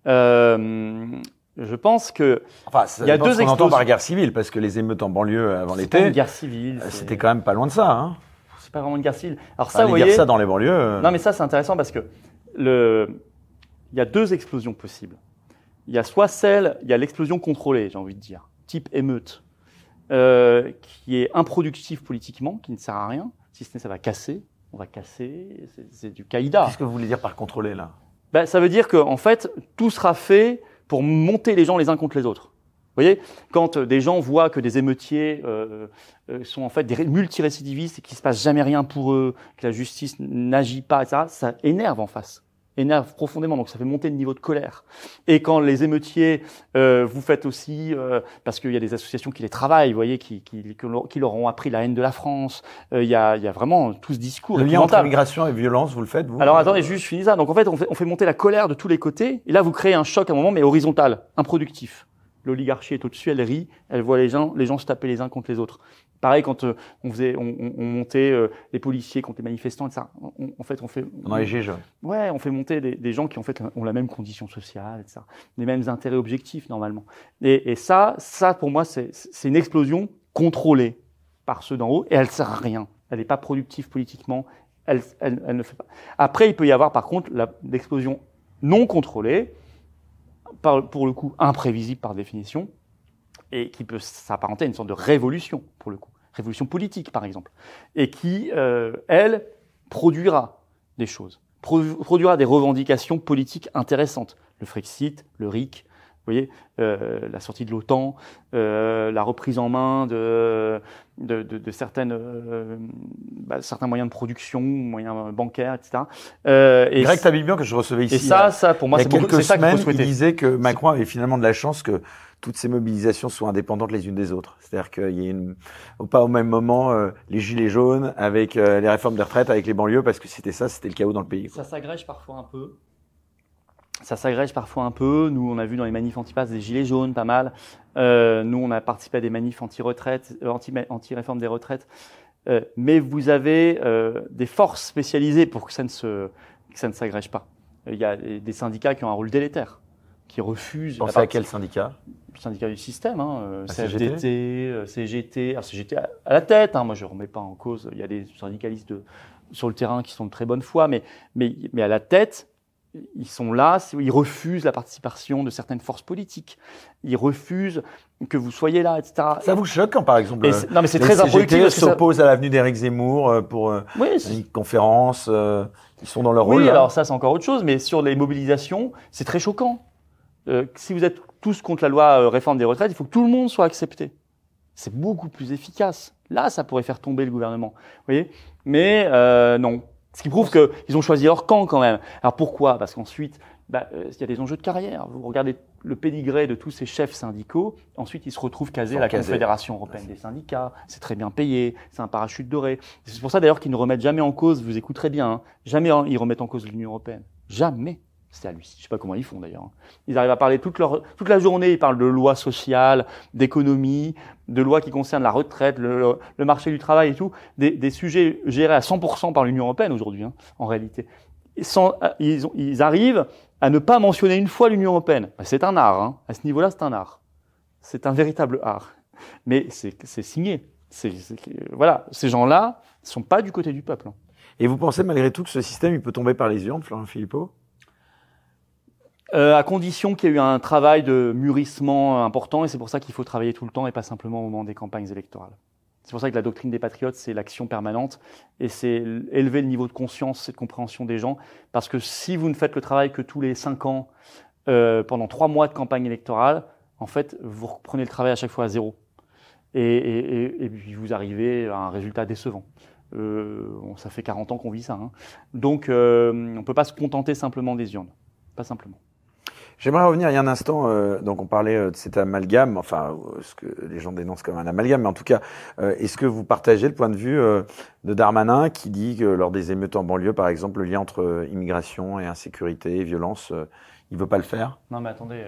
Je pense que il y a deux explosions. On entend par guerre civile, parce que les émeutes en banlieue avant l'été, c'est pas une guerre civile. C'était quand même pas loin de ça. Hein. C'est pas vraiment une guerre civile. Alors ça, vous voyez, ça dans les banlieues. Non, mais ça c'est intéressant parce que il y a deux explosions possibles. Il y a l'explosion contrôlée, j'ai envie de dire, type émeute, qui est improductive politiquement, qui ne sert à rien. Si ce n'est, ça va casser. On va casser. C'est du caïda. Qu'est-ce que vous voulez dire par contrôler là? Ça veut dire que en fait, tout sera fait pour monter les gens les uns contre les autres. Vous voyez, quand des gens voient que des émeutiers sont en fait des multirécidivistes et qu'il ne se passe jamais rien pour eux, que la justice n'agit pas, etc., ça énerve en face. Énerve profondément, donc ça fait monter le niveau de colère. Et quand les émeutiers, vous faites aussi, parce qu'il y a des associations qui les travaillent, vous voyez, qui leur ont appris la haine de la France, il y a vraiment tout ce discours. Le lien entre immigration et violence, vous le faites, vous? Alors attendez, juste je finis ça. Donc en fait, on fait monter la colère de tous les côtés, et là vous créez un choc à un moment, mais horizontal, improductif. L'oligarchie est au-dessus, elle rit, elle voit les gens se taper les uns contre les autres. Pareil quand on montait les policiers contre les manifestants, etc. On fait dans les gilets jaunes. Ouais, on fait monter des gens qui en fait ont la même condition sociale, etc. Les mêmes intérêts objectifs normalement. Et ça pour moi c'est une explosion contrôlée par ceux d'en haut et elle sert à rien. Elle n'est pas productive politiquement. Elle ne fait pas. Après il peut y avoir par contre l'explosion non contrôlée, pour le coup imprévisible par définition, et qui peut s'apparenter à une sorte de révolution, pour le coup. Révolution politique, par exemple. Et qui, elle, produira des choses. Produira des revendications politiques intéressantes. Le Frexit, le RIC, vous voyez, la sortie de l'OTAN, la reprise en main de certains moyens de production, moyens bancaires, etc. Greg Tabibian, que je recevais ici et ça pour moi, il y a quelques semaines, il disait que Macron avait finalement de la chance que toutes ces mobilisations soient indépendantes les unes des autres. C'est-à-dire qu'il y a pas au même moment les gilets jaunes avec les réformes des retraites, avec les banlieues, parce que c'était le chaos dans le pays. Ça s'agrège parfois un peu. Nous, on a vu dans les manifs anti-pass des gilets jaunes, pas mal. Nous, on a participé à des manifs anti-retraite, anti-réforme des retraites. Mais vous avez des forces spécialisées pour que ça ne s'agrège pas. Il y a des syndicats qui ont un rôle délétère, qui refusent. Pensez à quel syndicat ? Le syndicat du système, CFDT, CGT. Alors CGT à la tête. Moi, je remets pas en cause. Il y a des syndicalistes sur le terrain qui sont de très bonne foi, mais à la tête. Ils sont là, ils refusent la participation de certaines forces politiques. Ils refusent que vous soyez là, etc. Ça vous choque quand, par exemple, non, mais c'est très improductif. Les CGT s'opposent à l'avenue d'Éric Zemmour pour une conférence. Ils sont dans leur rôle. Oui, là. alors ça, c'est encore autre chose. Mais sur les mobilisations, c'est très choquant. Si vous êtes tous contre la loi réforme des retraites, il faut que tout le monde soit accepté. C'est beaucoup plus efficace. Là, ça pourrait faire tomber le gouvernement. Vous voyez ? Mais non. Ce qui prouve qu'ils ont choisi leur camp quand même. Alors pourquoi ? Parce qu'ensuite, il y a des enjeux de carrière. Vous regardez le pédigré de tous ces chefs syndicaux. Ensuite, ils se retrouvent casés à la Confédération européenne des syndicats. C'est très bien payé. C'est un parachute doré. C'est pour ça d'ailleurs qu'ils ne remettent jamais en cause, vous écouterez bien, jamais ils remettent en cause l'Union européenne. Jamais. C'est hallucinant. Je sais pas comment ils font d'ailleurs. Ils arrivent à parler toute la journée. Ils parlent de lois sociales, d'économie, de lois qui concernent la retraite, le marché du travail et tout. Des sujets gérés à 100% par l'Union européenne aujourd'hui, en réalité. Ils arrivent à ne pas mentionner une fois l'Union européenne. C'est un art. À ce niveau-là, c'est un art. C'est un véritable art. Mais c'est signé. Voilà. Ces gens-là sont pas du côté du peuple. Et vous pensez malgré tout que ce système, il peut tomber par les urnes, Florent Philippot ? À condition qu'il y ait eu un travail de mûrissement important, et c'est pour ça qu'il faut travailler tout le temps et pas simplement au moment des campagnes électorales. C'est pour ça que la doctrine des patriotes, c'est l'action permanente, et c'est élever le niveau de conscience et de compréhension des gens, parce que si vous ne faites le travail que tous les 5 ans, pendant 3 mois de campagne électorale, en fait, vous reprenez le travail à chaque fois à zéro. Et puis vous arrivez à un résultat décevant. Ça fait 40 ans qu'on vit ça. Donc, on ne peut pas se contenter simplement des urnes. Pas simplement. J'aimerais revenir il y a un instant, donc on parlait de cet amalgame, ce que les gens dénoncent comme un amalgame, mais en tout cas, est-ce que vous partagez le point de vue de Darmanin qui dit que lors des émeutes en banlieue, par exemple, le lien entre immigration et insécurité et violence, il veut pas le faire ? Non mais attendez,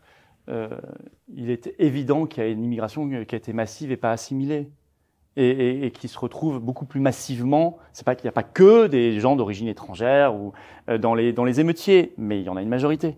il est évident qu'il y a une immigration qui a été massive et pas assimilée. Et qui se retrouve beaucoup plus massivement. C'est pas qu'il n'y a pas que des gens d'origine étrangère ou dans les émeutiers, mais il y en a une majorité.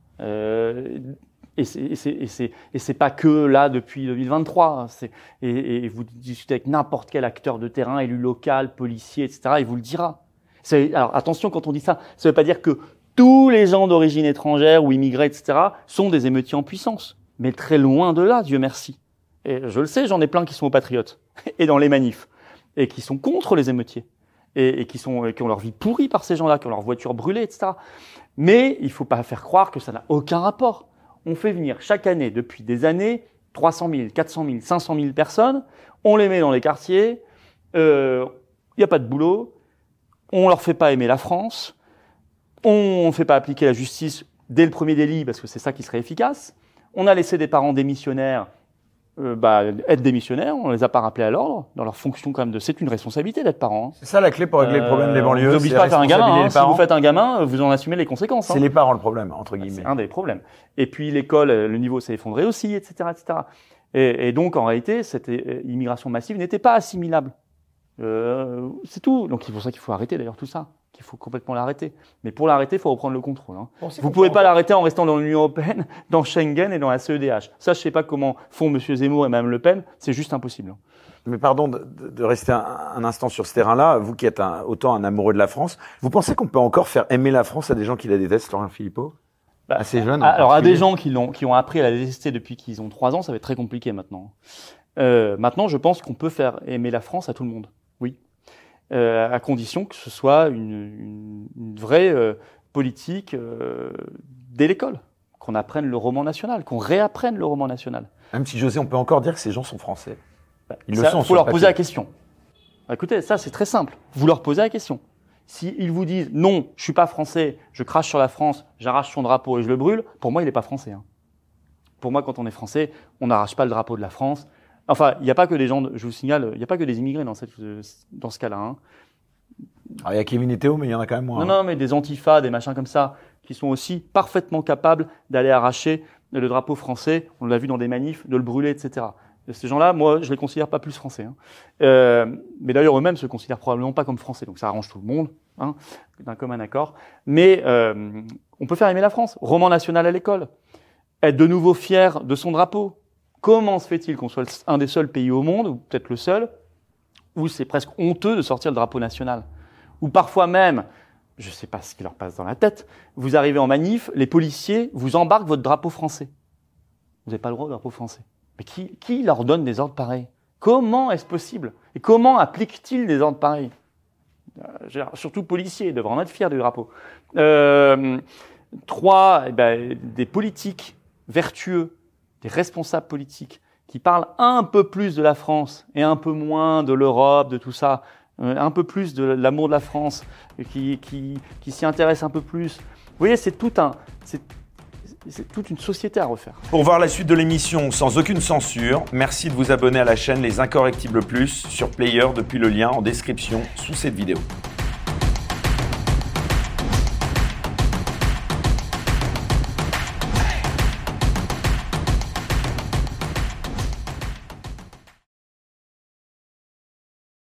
Et c'est pas que là depuis 2023. Et vous discutez avec n'importe quel acteur de terrain, élu local, policier, etc. Il vous le dira. Alors attention, quand on dit ça, ça veut pas dire que tous les gens d'origine étrangère ou immigrés, etc. sont des émeutiers en puissance. Mais très loin de là, Dieu merci. Et je le sais, j'en ai plein qui sont aux patriotes et dans les manifs et qui sont contre les émeutiers et qui ont leur vie pourrie par ces gens-là, qui ont leur voiture brûlée, etc. Mais il faut pas faire croire que ça n'a aucun rapport. On fait venir chaque année, depuis des années, 300 000, 400 000, 500 000 personnes. On les met dans les quartiers. Il y a pas de boulot. On leur fait pas aimer la France. On fait pas appliquer la justice dès le premier délit parce que c'est ça qui serait efficace. On a laissé des parents démissionnaires être démissionnaires, on les a pas rappelés à l'ordre, dans leur fonction quand même c'est une responsabilité d'être parent. C'est ça la clé pour régler le problème des banlieues. On vous oblige pas à faire un gamin, si vous faites un gamin, vous en assumez les conséquences. C'est les parents le problème, entre guillemets. C'est un des problèmes. Et puis l'école, le niveau s'est effondré aussi, etc., etc. Et donc en réalité, cette immigration massive n'était pas assimilable. C'est tout. Donc c'est pour ça qu'il faut arrêter d'ailleurs tout ça, qu'il faut complètement l'arrêter. Mais pour l'arrêter, il faut reprendre le contrôle. Vous pouvez pas l'arrêter en restant dans l'Union européenne, dans Schengen et dans la CEDH. Ça, je sais pas comment font Monsieur Zemmour et Mme Le Pen. C'est juste impossible. Mais pardon de rester un instant sur ce terrain-là. Vous qui êtes autant un amoureux de la France, vous pensez qu'on peut encore faire aimer la France à des gens qui la détestent, Florent Philippot ? Assez jeunes. Alors à des gens qui ont appris à la détester depuis qu'ils ont 3 ans, ça va être très compliqué maintenant. Maintenant, je pense qu'on peut faire aimer la France à tout le monde. Oui. À condition que ce soit une vraie politique dès l'école, qu'on apprenne le roman national, qu'on réapprenne le roman national. Même si José, on peut encore dire que ces gens sont français. Il faut leur poser la question. Écoutez, ça c'est très simple. Vous leur posez la question. S'ils vous disent non, je suis pas français, je crache sur la France, j'arrache son drapeau et je le brûle, pour moi il n'est pas français. Hein. Pour moi, quand on est français, on n'arrache pas le drapeau de la France. Enfin, il n'y a pas que des gens, je vous signale, il n'y a pas que des immigrés dans ce cas-là. Hein. Alors, il y a Kevin et Théo, mais il y en a quand même moins. Non, mais des antifas, des machins comme ça, qui sont aussi parfaitement capables d'aller arracher le drapeau français, on l'a vu dans des manifs, de le brûler, etc. Ces gens-là, moi, je les considère pas plus français. Hein. Mais d'ailleurs, eux-mêmes se considèrent probablement pas comme français, donc ça arrange tout le monde, hein, d'un commun accord. Mais on peut faire aimer la France. Roman national à l'école. Être de nouveau fier de son drapeau. Comment se fait-il qu'on soit un des seuls pays au monde, ou peut-être le seul, où c'est presque honteux de sortir le drapeau national? Ou parfois même, je ne sais pas ce qui leur passe dans la tête, vous arrivez en manif, les policiers vous embarquent votre drapeau français. Vous n'avez pas le droit au drapeau français. Mais qui leur donne des ordres pareils? Comment est-ce possible? Et comment applique-t-il des ordres pareils? Surtout policiers, devraient en être fiers du drapeau. 3, des politiques vertueux, des responsables politiques qui parlent un peu plus de la France et un peu moins de l'Europe, de tout ça, un peu plus de l'amour de la France, qui s'y intéressent un peu plus. Vous voyez, c'est toute une société à refaire. Pour voir la suite de l'émission sans aucune censure, merci de vous abonner à la chaine Les Incorrectibles Plus sur Player depuis le lien en description sous cette vidéo.